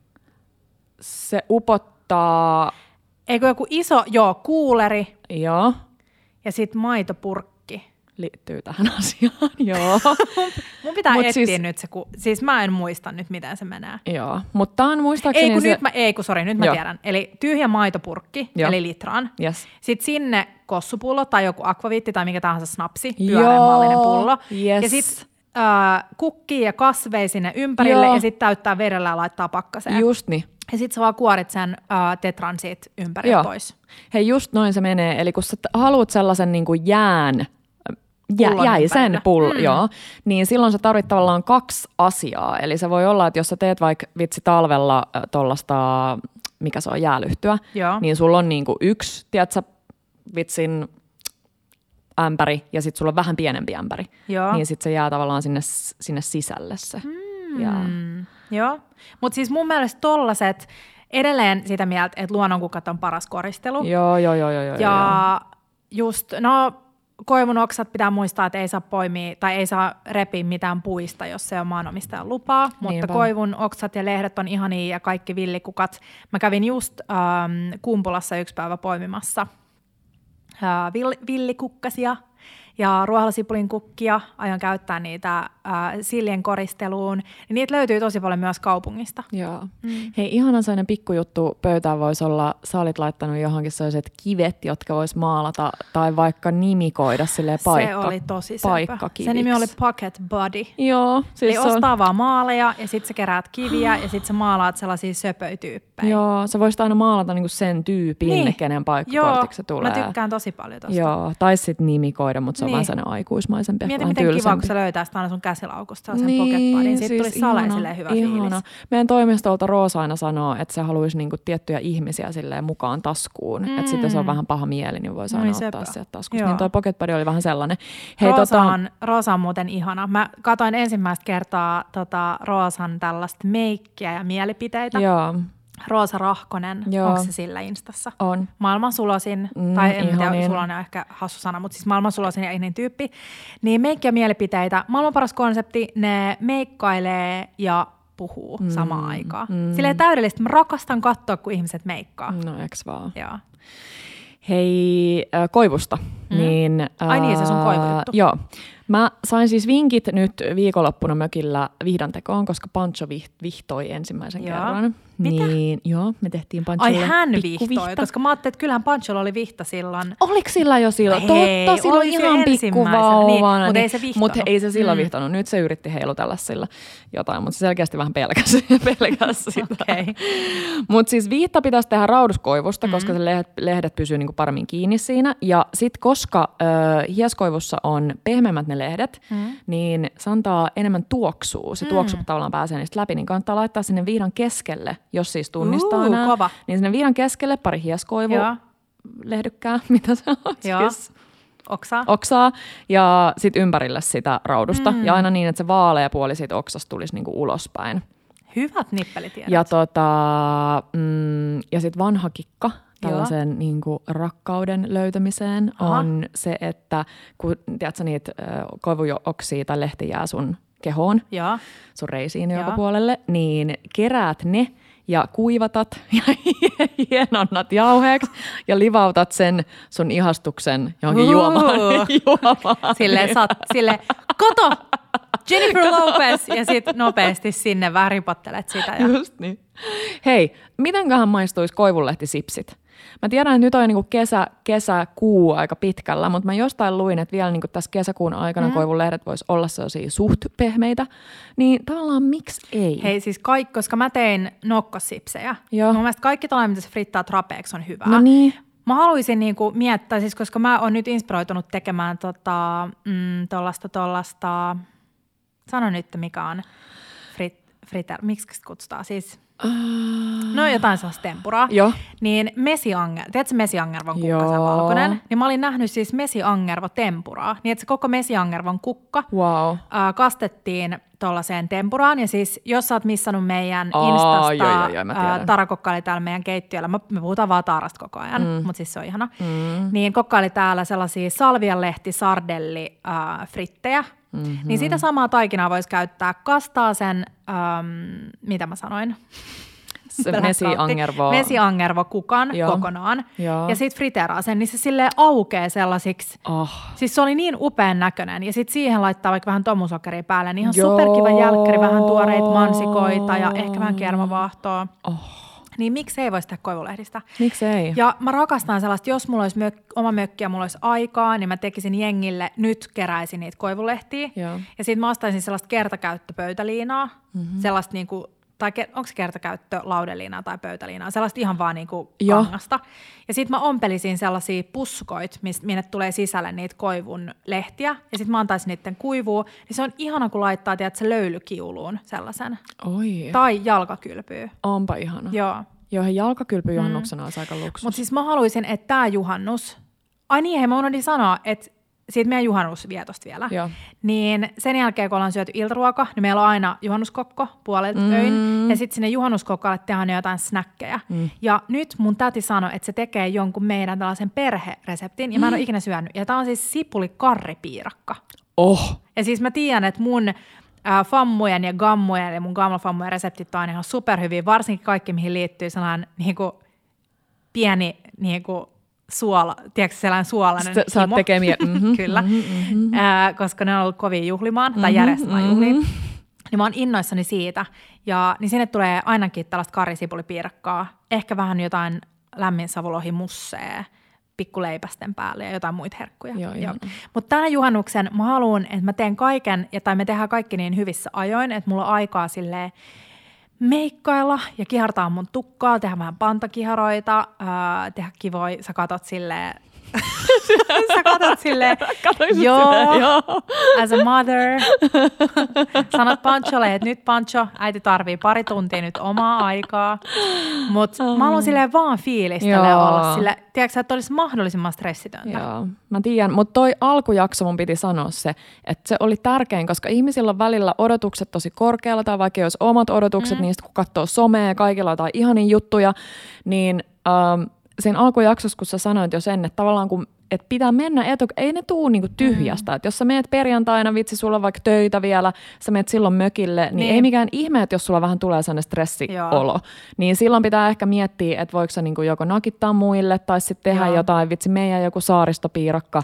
Se upottaa... Eikö joku iso, joo, kuuleri. Joo. Ja sit maitopurkki. Liittyy tähän asiaan, joo. Mun pitää Mut etsiä siis, nyt se, ku, siis mä en muista nyt, miten se menee. Joo, mutta on muistaakseni ei, kun se... nyt mä, ei kun sori, nyt mä joo. tiedän. Eli tyhjä maitopurkki, joo. eli litran. Yes. Sitten sinne kossupullo tai joku akvaviitti tai mikä tahansa snapsi, pyöreän mallinen pullo. Yes. Ja sitten äh, kukkii ja kasvei sinne ympärille joo. ja sitten täyttää verellä ja laittaa pakkaseen. Just niin. Ja sitten sä vaan kuorit sen uh, tetran siitä ympäri ja pois. Hei, just noin se menee. Eli kun sä haluat sellaisen niin kuin jään, jä, jäisen pull, mm. joo, niin silloin sä tarvit tavallaan kaksi asiaa. Eli se voi olla, että jos sä teet vaikka vitsi talvella äh, tollasta, mikä se on, jäälyhtyä, joo. niin sulla on niin kuin yksi, tiedätkö, vitsin ämpäri ja sitten sulla on vähän pienempi ämpäri. Joo. Niin sitten se jää tavallaan sinne, sinne sisälle se. Mm. Ja. Joo, mutta siis mun mielestä tollaset, edelleen sitä mieltä, että luonnonkukat on paras koristelu. Joo, joo, joo, joo. Ja joo. just, no koivun oksat pitää muistaa, että ei saa poimia tai ei saa repiä mitään puista, jos se on maanomistajan lupaa. Mutta Niinpä. koivun oksat ja lehdet on ihania ja kaikki villikukat. Mä kävin just ähm, Kumpulassa yksi päivä poimimassa äh, vill, villikukkasia. Ja ruohonjuuripulin kukkia, aion käyttää niitä äh, sillien koristeluun. Ja niitä löytyy tosi paljon myös kaupungista. Joo. Mm. Hei, ihana sellainen pikkujuttu pöytään voisi olla, sä olit laittanut johonkin sellaiset kivet, jotka vois maalata tai vaikka nimikoida silleen paikka. Se oli tosi söpö. Se nimi oli Pocket Body. Joo. Siis Eli ostaa on... vaan maaleja ja sit sä keräät kiviä ja sit sä maalaat sellaisia söpöityyppejä. Joo, sä voisit aina maalata niinku sen tyypin, niin. kenen paikkakortiksi se tulee. Mä tykkään tosi paljon tosta. Joo, tai sit nimikoida, mutta se on niin. vähän sellainen aikuismaisempi. Mieti, miten tylsempi. Kiva, kun sä löytäisit aina sun käsilaukusta sen niin, Pocket Bodyn. Siitä siis tulisi saleen silleen hyvä ihana. Fiilis. Meidän toimistolta Roosa aina sanoo, että se haluaisi niinku tiettyjä ihmisiä silleen mukaan taskuun. Mm. Että sitten jos on vähän paha mieli, niin voisi aina Noi ottaa sieltä taskusta. Niin toi Pocket Body oli vähän sellainen. Hei, Roosa, tota... on, Roosa on muuten ihana. Mä katoin ensimmäistä kertaa tota, Roosan tällaista meikkiä ja mielipiteitä. Joo. Roosa Rahkonen, Joo. onko se sillä Instassa? On. Maailman sulosin, mm, tai en tiedä, niin. sulonen on ehkä hassu sana, mutta siis maailman sulosin ja ihminen tyyppi. Niin meikki ja mielipiteitä, maailman paras konsepti, ne meikkailee ja puhuu mm, samaan aikaan. Mm. Silleen täydellistä, mä rakastan katsoa, kun ihmiset meikkaa. No eks vaan. Joo. Hei, äh, koivusta. Mm. Niin, Ai niin, se sun koivujuttu. Joo. Mä sain siis vinkit nyt viikonloppuna mökillä vihdantekoon, koska Pancho vihtoi ensimmäisen Joo. kerran. Mitä? Niin, joo, me tehtiin Pancholle Ai hän pikkuvihta. vihtoi, koska mä ajattelin, että kyllähän Pancholla oli vihta silloin. Oliko sillä jo silloin? Hei, Totta, silloin oli se ihan ensimmäisenä. Niin, pikkuvauvana. mut ei se vihtonut. Mutta ei se silloin Mm. vihtonut. Nyt se yritti heilutella sillä jotain, mutta se selkeästi vähän pelkäsi, pelkäsi sitä. Okay. Mutta siis vihta pitäisi tehdä rauduskoivusta, mm. koska se lehdet, lehdet pysyy niinku paremmin kiinni siinä. Ja sitten koska ö, hieskoivussa on pehmeämmät ne lehdet, mm. niin se antaa enemmän tuoksua. Se mm. tuoksu tavallaan pääsee niistä läpi, niin kannattaa laittaa sinne vihdan keskelle, jos siis tunnistaa Uh, nämä. kova. Niin sinne vihdan keskelle pari hieskoivu. Joo. Lehdykkää, mitä se on Joo. siis? Oksaa. Oksaa ja sitten ympärille sitä raudusta. Mm. Ja aina niin, että se vaalea puoli siitä oksasta tulisi niinku ulospäin. Hyvät nippelitiedot. Ja, tota, mm, ja sitten vanha kikka tällaisen niinku rakkauden löytämiseen Aha. on se, että kun tiedätkö, niitä koivuoksia tai lehti jää sun kehoon, Joo. sun reisiin Joo. joka puolelle, niin keräät ne ja kuivatat ja hienonnat jauheeksi ja livautat sen sun ihastuksen johonkin Uhu. juomaan. juomaan. Silleen sä oot silleen, kato, Jennifer Lopez, ja sit nopeasti sinne vähän ripottelet sitä. Ja... Just niin. Hei, mitenköhän maistuisi koivunlehtisipsit? Mä tiedän, että nyt on niinku kesä, kesäkuu aika pitkällä, mutta mä jostain luin, että vielä niinku tässä kesäkuun aikana mm. koivunlehdet vois olla sellaisia suht pehmeitä. Niin tavallaan miksi ei? Hei siis kaikki, koska mä tein nokkosipsejä. Joo. Mun mielestä kaikki tällainen, mitä sä frittaat rapeeksi, on hyvää. No niin. Mä haluaisin niinku miettiä, siis koska mä oon nyt inspiroitunut tekemään tota, mm, tollasta, tollasta, sano nyt mikä on frit, fritter, miksi kutsutaan siis? No jotain sellaista tempuraa. Joo. Niin mesianger, tiedätkö mesiangervon kukka, Joo. se valkoinen? Niin mä olin nähnyt siis mesiangervo tempuraa. Niin että se koko mesiangervon kukka Wow. ää, kastettiin tuollaiseen tempuraan. Ja siis jos sä oot missannut meidän Aa, Instasta, joo, joo, joo, mä ää, tiedän. Tara kokkaili täällä meidän keittiöllä. Me puhutaan vaan Taarasta koko ajan, mm. mutta siis se on ihana. Mm. Niin kokkaili täällä sellaisia salvianlehti, sardelli, ää, frittejä. Mm-hmm. Niin sitä samaa taikinaa voisi käyttää, kastaa sen, äm, mitä mä sanoin? Se mesiangervo. Mesiangervo kukan Joo. kokonaan. Joo. Ja sit friteeraa sen, niin se silleen aukeaa sellaisiksi. Oh. Siis se oli niin upean näköinen. Ja sit siihen laittaa vaikka vähän tomusokeria päälle, niin ihan Joo. superkiva jälkkäri, vähän tuoreita mansikoita ja ehkä vähän kermavaahtoa. Oh. Niin miksi ei voisi tehdä koivulehdistä? Miksei? Ja mä rakastan sellaista, jos mulla olisi mök- oma mökki ja mulla olisi aikaa, niin mä tekisin jengille, nyt keräisin niitä koivulehtiä. Joo. Ja sitten mä ostaisin sellaista kertakäyttöpöytäliinaa, Mm-hmm. sellaista niinku, tai ke- onko se kertakäyttö laudeliinaa tai pöytäliinaa, sellaista ihan vaan niinku Joo. kangasta. Ja sitten mä ompelisin sellaisia puskoit, minne tulee sisälle niitä koivun lehtiä, ja sitten mä antaisin niiden kuivua, niin se on ihana, kun laittaa, tiedät, se löylykiuluun sellaisen. Oi, Tai jalkakylpyy. onpa ihana. Joo. Joo, jalkakylpy juhannuksena mm. olisi aika luksus. Mutta siis mä haluaisin, että tämä juhannus, ai niin, hei mä unohdin sanoa, että siitä meidän juhannusvietosta vielä, Joo. niin sen jälkeen, kun ollaan syöty iltaruoka, niin meillä on aina juhannuskokko puolelta mm. öin, ja sitten sinne juhannuskokolle tehdään jotain snäkkejä. Mm. Ja nyt mun täti sanoi, että se tekee jonkun meidän tällaisen perhereseptin, ja mä en ole ikinä syönyt, ja tää on siis sipulikarripiirakka. Oh! Ja siis mä tiedän, että mun äh, fammujen ja gammujen ja mun gamma-fammujen reseptit on ihan superhyviä, varsinkin kaikki, mihin liittyy sellainen niinku, pieni niinku, suola, tiedätkö sellainen suolainen Sä, sä oot himo? tekemiä. Mm-hmm, Kyllä, mm-hmm, mm-hmm. äh, koska ne on ollut kovin juhlimaan tai Mm-hmm, järjestämään mm-hmm. juhliin. Niin mä oon innoissani siitä. Ja niin sinne tulee ainakin tällaista karisipulipiirakkaa, ehkä vähän jotain lämminsavulohimussea, pikkuleipästen päälle ja jotain muita herkkuja. Joo, ihana. Mutta tänä juhannuksen mä haluan, että mä teen kaiken, ja tai me tehdään kaikki niin hyvissä ajoin, että mulla on aikaa silleen meikkailla ja kihartaa mun tukkaa, tehdä vähän pantakiharoita, ää, tehdä kivoja, sä katot silleen, sä katot silleen, joo, Silleen, joo. as a mother, sanot Pancholle, että nyt Pancho, äiti tarvii pari tuntia nyt omaa aikaa, mutta mä haluan silleen vaan fiilistellä Joo. olla sille, tiedätkö että olisi mahdollisimman stressitöntä. Joo, mä tiedän, mutta toi alkujakso mun piti sanoa se, että se oli tärkein, koska ihmisillä on välillä odotukset tosi korkealla, tai vaikka jos omat odotukset mm. niistä, kun katsoo somea ja kaikilla jotain ihania juttuja, niin ähm, siinä alkujaksossa, kun sä sanoit jo sen, että tavallaan kun että pitää mennä etu, ei ne tuu niinku tyhjästä. Mm. Että jos sä meet perjantaina, vitsi, sulla on vaikka töitä vielä, sä meet silloin mökille, niin, niin ei mikään ihme, että jos sulla vähän tulee sellainen stressiolo. Joo. Niin silloin pitää ehkä miettiä, että voiko sä niinku joko nakittaa muille tai sitten tehdä Joo. jotain, vitsi, meidän joku saaristopiirakka.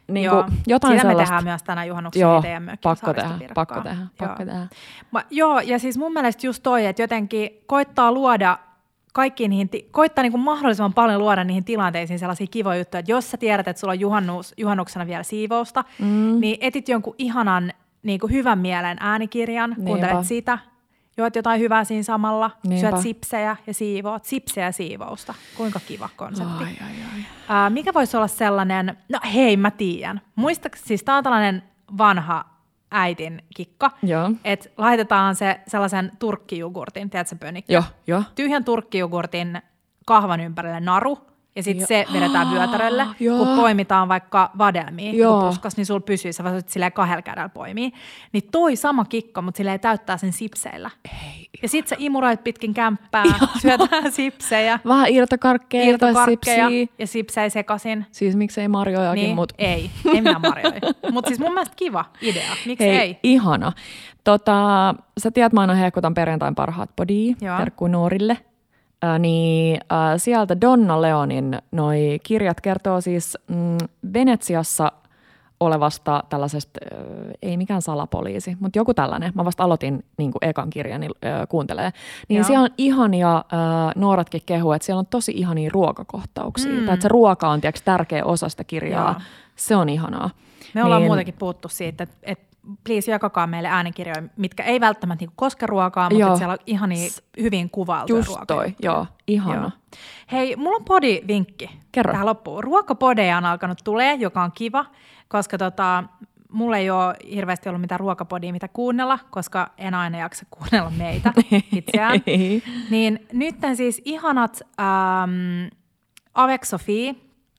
niin kuin jotain Siinä sellaista. me tehdään myös tänä juhannuksena joo, teidän mökkiin pakko tehdä, pakko tehdä, pakko joo. tehdä. Ma, joo, ja siis mun mielestä just toi, että jotenkin koittaa luoda kaikkiin niihin, koittaa niin kuin mahdollisimman paljon luoda niihin tilanteisiin sellaisia kivoja juttuja, että jos sä tiedät, että sulla on juhannus, juhannuksena vielä siivousta, mm. niin etit jonkun ihanan niin kuin hyvän mielen äänikirjan, Niinpä. Kuuntelet sitä, juot jotain hyvää siinä samalla, Niinpä. Syöt sipsejä ja siivoat, sipsejä ja siivousta. Kuinka kiva konsepti. Ai, ai, ai. Ää, mikä voisi olla sellainen, no hei mä tiedän, muistaakseni siis tää on tällainen vanha äitin kikka, että laitetaan se sellaisen turkkijugurtin, tiedätkö pönikkä? Joo, jo. Tyhjän turkkijugurtin kahvan ympärille naru, ja sitten se vedetään vyötärölle, kun poimitaan vaikka vadelmia, niin kun puskas, niin sulla pysyy, sä voit silleen kahdella kädellä poimia. Niin toi sama kikka, mutta silleen täyttää sen sipseillä. Ei, ja sit sä imuroit pitkin kämppää, syötään sipsejä. Vähän irtokarkkeja, irtokarkkeja ja sipsejä sekasin. Siis miksei marjojakin, niin, mut ei, ei minä marjoja. Mutta siis mun mielestä kiva idea, miksi Hei, ei? ihana. Tota, sä tiedät, mä aina hehkutan perjantain parhaat podia, terkkuu nuorille. Äh, niin äh, sieltä Donna Leonin noi kirjat kertoo siis mm, Venetsiassa olevasta tällaisesta, äh, ei mikään salapoliisi, mutta joku tällainen. Mä vasta aloitin niin kuin ekan kirjani äh, kuuntelee. Niin Joo. siellä on ihania, äh, Nooratkin kehuu, että siellä on tosi ihania ruokakohtauksia. Mm. Tai että se ruoka on tiiäks, tärkeä osa sitä kirjaa. Joo. Se on ihanaa. Me ollaan niin, muutenkin puhuttu siitä, että, että please jakakaa meille äänikirjoja, mitkä ei välttämättä niinku koske ruokaa, mutta että siellä on ihania hyvin kuvailtuja ruokaa. Just toi, joo, ihana. Joo. Hei, mulla on podi-vinkki Kerro. Tähän loppuun. Ruokapodeja on alkanut tulee, joka on kiva, koska tota, mulla ei ole hirveästi ollut mitään ruokapodia, mitä kuunnella, koska en aina jaksa kuunnella meitä itseään. Niin nyt siis ihanat ähm, Avec Sophie,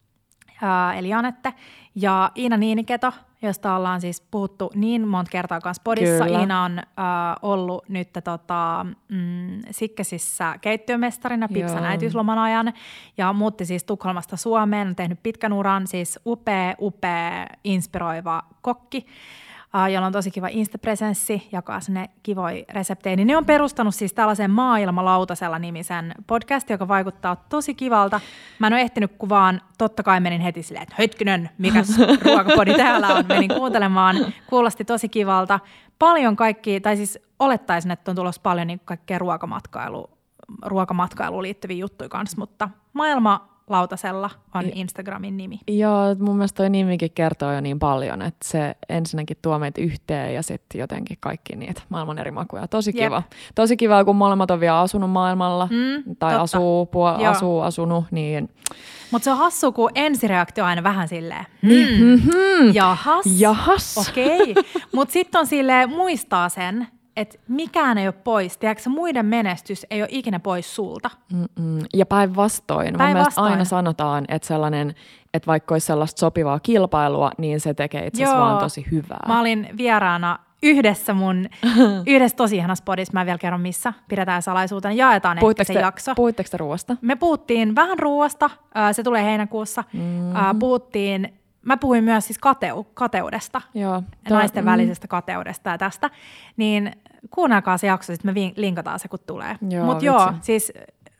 äh, eli Janette, ja Iina Niiniketo, josta ollaan siis puhuttu niin monta kertaa kanssa podissa. Kyllä. Iina on äh, ollut nyt tota, mm, Sikkesissä keittiömestarina Pipsan äitiysloman ajan ja muutti siis Tukholmasta Suomeen, on tehnyt pitkän uran, siis upea, upea, inspiroiva kokki, äh, jolla on tosi kiva Insta-presenssi, jakaa sinne kivoja reseptejä. Niin ne on perustanut siis tällaisen Maailmalautasella nimisen podcast, joka vaikuttaa tosi kivalta. Mä en ole ehtinyt kuvaan, totta kai menin heti silleen, että hetkinen, mikäs ruokapodi täällä on. Menin kuuntelemaan, kuulosti tosi kivalta. Paljon kaikki, tai siis olettaisin, että on tulossa paljon niin kaikkea ruokamatkailu, ruokamatkailuun liittyviä juttuja kanssa, mutta Maailmalautasella on Instagramin nimi. Joo, mun mielestä toi nimikin kertoo jo niin paljon, että se ensinnäkin tuo meitä yhteen ja sitten jotenkin kaikki niitä maailman eri makuja. Tosi kiva. Jep. Tosi kiva, kun molemmat on vielä asunut maailmalla mm, tai asuu, puol- asuu, asunut, niin... Mutta se on hassu, kun ensireaktio on aina vähän silleen, mm, mm-hmm. jahas, jahas. okei. Okay. Mutta sitten on silleen, muistaa sen, että mikään ei ole pois. Tiedätkö, muiden menestys ei ole ikinä pois sulta. Mm-mm. Ja päinvastoin. Päin Mun mielestä aina sanotaan, että sellainen, että vaikka olisi sellaista sopivaa kilpailua, niin se tekee itse asiassa vaan tosi hyvää. Mä olin vieraana yhdessä mun, yhdessä tosi ihanassa podissa, mä en vielä kerro missä, pidetään salaisuutena, jaetaan ehkä se jakso. Puhuitteko te ruoasta? Me puhuttiin vähän ruoasta, se tulee heinäkuussa, mm-hmm. puhuttiin, mä puhuin myös siis kateu, kateudesta, Joo, to, naisten mm. välisestä kateudesta ja tästä, niin kuunnelkaa se jakso, sitten me linkataan se, kun tulee. Mutta joo, siis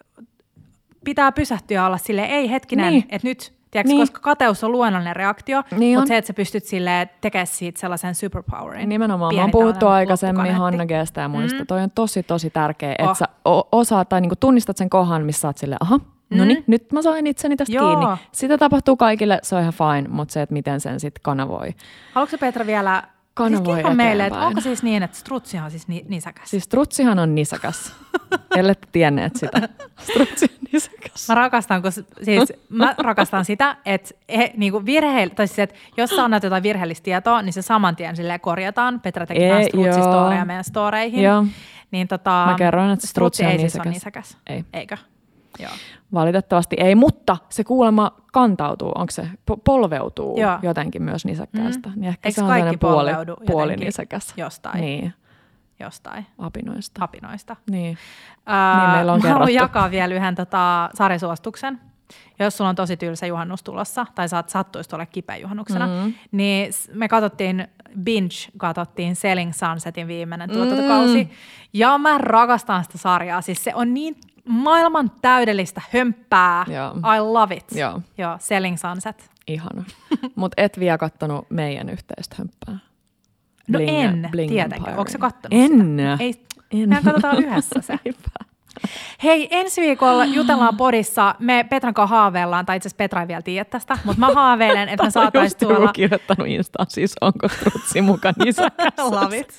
pitää pysähtyä ja olla silleen, ei hetkinen, niin. että nyt... Tiedätkö, niin. Koska kateus on luonnollinen reaktio, niin mutta se, että sä pystyt silleen tekemään siitä sellaisen superpowerin. Nimenomaan. Mä oon puhuttu aikaisemmin Hanna G:stä ja muista. Mm. Toi on tosi, tosi tärkeä, että oh. sä osaat tai niinku tunnistat sen kohan, missä sä oot silleen, aha, mm. no niin, nyt mä sain itseni tästä Joo. kiinni. Sitä tapahtuu kaikille, se on ihan fine, mutta se, että miten sen sitten kanavoi. Haluatko Petra vielä... Kanavoi siis meille, että onko siis niin, että strutsihan on siis ni- nisäkäs? Siis strutsihan on nisäkäs. Ellette tienneet sitä. Strutsi on nisäkäs. Mä rakastan, kun, siis, mä rakastan sitä, että he, niinku virhe, tai siis, että jos sä annat jotain virheellistä tietoa, niin se saman tien silleen korjataan. Petra teki vähän strutsistoria meidän storeihin. Joo. Niin tota, mä kerron, että strutsi on ei nisäkäs. Siis ole nisäkäs. Ei. Eikö? Joo. Valitettavasti ei, mutta se kuulemma kantautuu, onko se polveutuu Joo. jotenkin myös nisäkkäästä. Mm. Niin ehkä Eikö se on sellainen puoli, puoli nisäkäs? Jostain. Niin. Jostain. Apinoista. Apinoista. Niin. Uh, niin meillä on mä kerrottu. haluan jakaa vielä yhden tota, sarjasuosituksen. Jos sulla on tosi tylsä juhannus tulossa, tai saat sattuisi olla kipeä juhannuksena, mm-hmm. niin me katsottiin, binge katsottiin Selling Sunsetin viimeinen tuotantokausi. Mm. Ja mä rakastan sitä sarjaa. Siis se on niin maailman täydellistä hömppää. Joo. I love it. Joo. Joo, Selling Sunset. Ihana. Mutta et vielä kattonut meidän yhteistä hömppää. No Bling, en, Bling tietenkään. Empire. Onko se kattonut En. sitä? Ei, En. mehän katsotaan yhdessä se. Hei, ensi viikolla jutellaan podissa. Me Petran kanssa haaveillaan, tai itse asiassa Petra ei vielä tiedä tästä, mutta mä haaveilen, että me saataisiin tuolla... Just kirjoittanut Instaan, siis onko strutsi mukaan nisäkässä. Love it.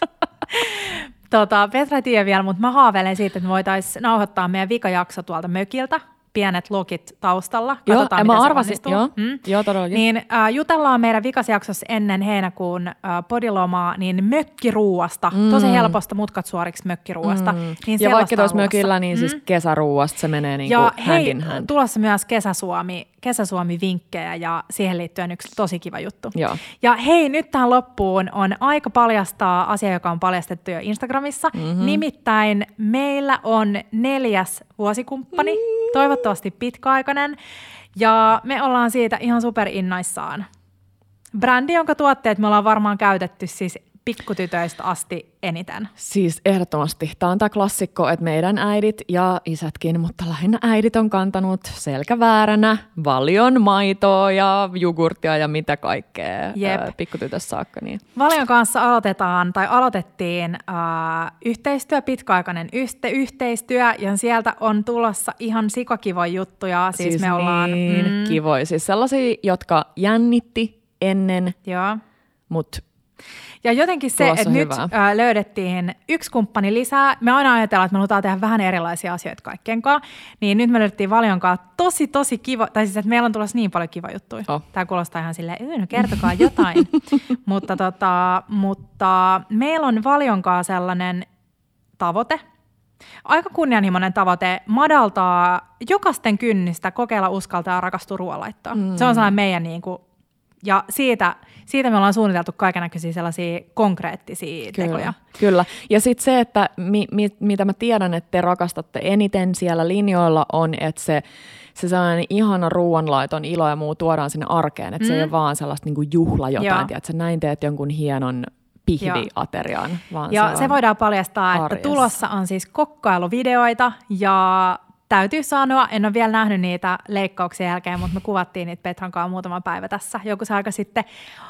Tota, Petra ei tiedä vielä, mutta mä haaveilen siitä, että me voitaisiin nauhoittaa meidän vikajakso tuolta mökiltä. Pienet lokit taustalla. Joo, Katsotaan, mä miten arvasin. se Joo, mm. joo, todellakin. Niin äh, jutellaan meidän vikasjaksossa ennen heinäkuun äh, podilomaa niin mökkiruuasta. Mm. Tosi helposta mutkat suoriksi mökkiruuasta. Mm. Niin ja vaikka tuossa tuossa mökillä, niin siis mm. kesäruuasta se menee niin ja kuin hand in hand. hei, tulossa myös kesäsuomi, kesäsuomi-vinkkejä ja siihen liittyen yksi tosi kiva juttu. Joo. Ja hei, nyt tähän loppuun on aika paljastaa asia, joka on paljastettu jo Instagramissa. Mm-hmm. Nimittäin meillä on neljäs vuosikumppani, mm. toivottavasti pitkäaikainen, ja me ollaan siitä ihan superinnoissaan. Brändi, jonka tuotteet me ollaan varmaan käytetty siis pikkutytöistä asti eniten. Siis ehdottomasti. Tämä on tämä klassikko, että meidän äidit ja isätkin, mutta lähinnä äidit on kantanut selkävääränä valion maitoa ja jogurttia ja mitä kaikkea ää, pikkutytössä saakka. Niin. Valion kanssa aloitetaan tai aloitettiin äh, yhteistyö, pitkäaikainen yste, yhteistyö ja sieltä on tulossa ihan sikakivoja juttuja. Siis, siis me ollaan niin mm, kivoja. Siis sellaisia, jotka jännitti ennen, joo. mutta ja jotenkin se, että nyt ää, löydettiin yksi kumppani lisää. Me aina ajatellaan, että me halutaan tehdä vähän erilaisia asioita kaikkien kanssa. Niin nyt me löydettiin Valion kanssa tosi, tosi kiva. Tai siis, että meillä on tulossa niin paljon kiva juttuja. Oh. Tämä kuulostaa ihan silleen, no kertokaa jotain. mutta, tota, mutta meillä on Valion kanssa sellainen tavoite. Aika kunnianhimoinen tavoite madaltaa jokaisten kynnistä kokeilla, uskaltaa ja rakastua ruoanlaittoa. Mm. Se on sellainen meidän niin kuin, ja siitä, siitä me ollaan suunniteltu kaikennäköisiä sellaisia konkreettisia kyllä, tekoja. Kyllä. Ja sitten se, että mi, mi, mitä mä tiedän, että te rakastatte eniten siellä linjoilla on, että se, se sellainen ihana ruoanlaiton ilo ja muu tuodaan sinne arkeen. Että mm. se ei ole vaan sellaista niin kuin juhla jotain, että sä näin teet jonkun hienon pihviaterian. Vaan ja se, se voidaan paljastaa, arjessa. Että tulossa on siis kokkailuvideoita ja täytyy sanoa, en ole vielä nähnyt niitä leikkauksia jälkeen, mutta me kuvattiin niitä Petran kanssa muutama päivä tässä joku se aika sitten.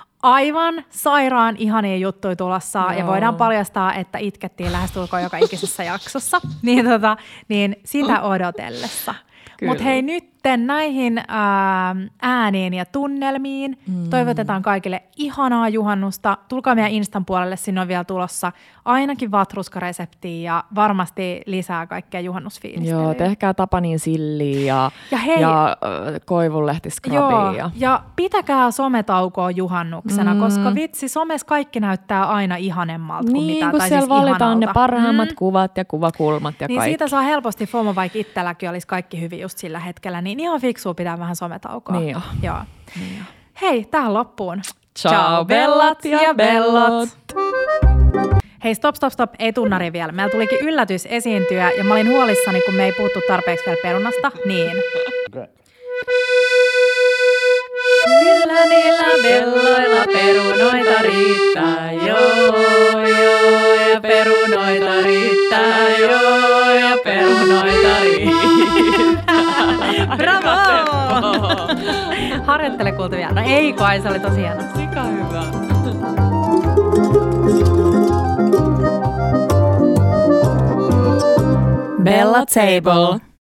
Aivan sairaan ihania juttuja tulossa. Joo. Ja voidaan paljastaa, että itkettiin lähestulkoon joka ikisessä jaksossa. Niin, tota, niin sitä odotellessa. Mutta hei, nyt näihin ää, ääniin ja tunnelmiin mm. toivotetaan kaikille ihanaa juhannusta. Tulkaa meidän Instan puolelle, sinne on vielä tulossa ainakin vatruskareseptiä ja varmasti lisää kaikkea juhannusfiilistelyä. Joo, tehkää Tapanin silliä ja, ja, hei, ja äh, koivunlehtiskrabia. Ja. ja pitäkää sometaukoa juhannuksena, mm. koska vitsi, somessa kaikki näyttää aina ihanemmalta kuin niin, mitä. kun tai siellä siis valitaan ihanalta. ne parhaimmat mm. kuvat ja kuvakulmat ja niin kaikki. Siitä saa helposti FOMO, vaikka itselläkin olisi kaikki hyvin just sillä hetkellä, niin ihan fiksua pitää vähän sometaukoa. Niin jo. Joo. Niin jo. Hei, tähän loppuun. Ciao bellat ja bellot! Hei, stop, stop, stop, ei tunnari vielä. Meillä tulikin yllätys esiintyä ja mä olin huolissani, kun me ei puhuttu tarpeeksi vielä perunasta. Niin. Okay. Kyllä niillä belloilla perunoita riittää, joo, joo, ja perunoita riittää, joo, ja perunoita riittää. Bravo! Harjoittele kuultu vielä. No ei kai, se oli tosi hieno. Sika hyvä. Bella Table.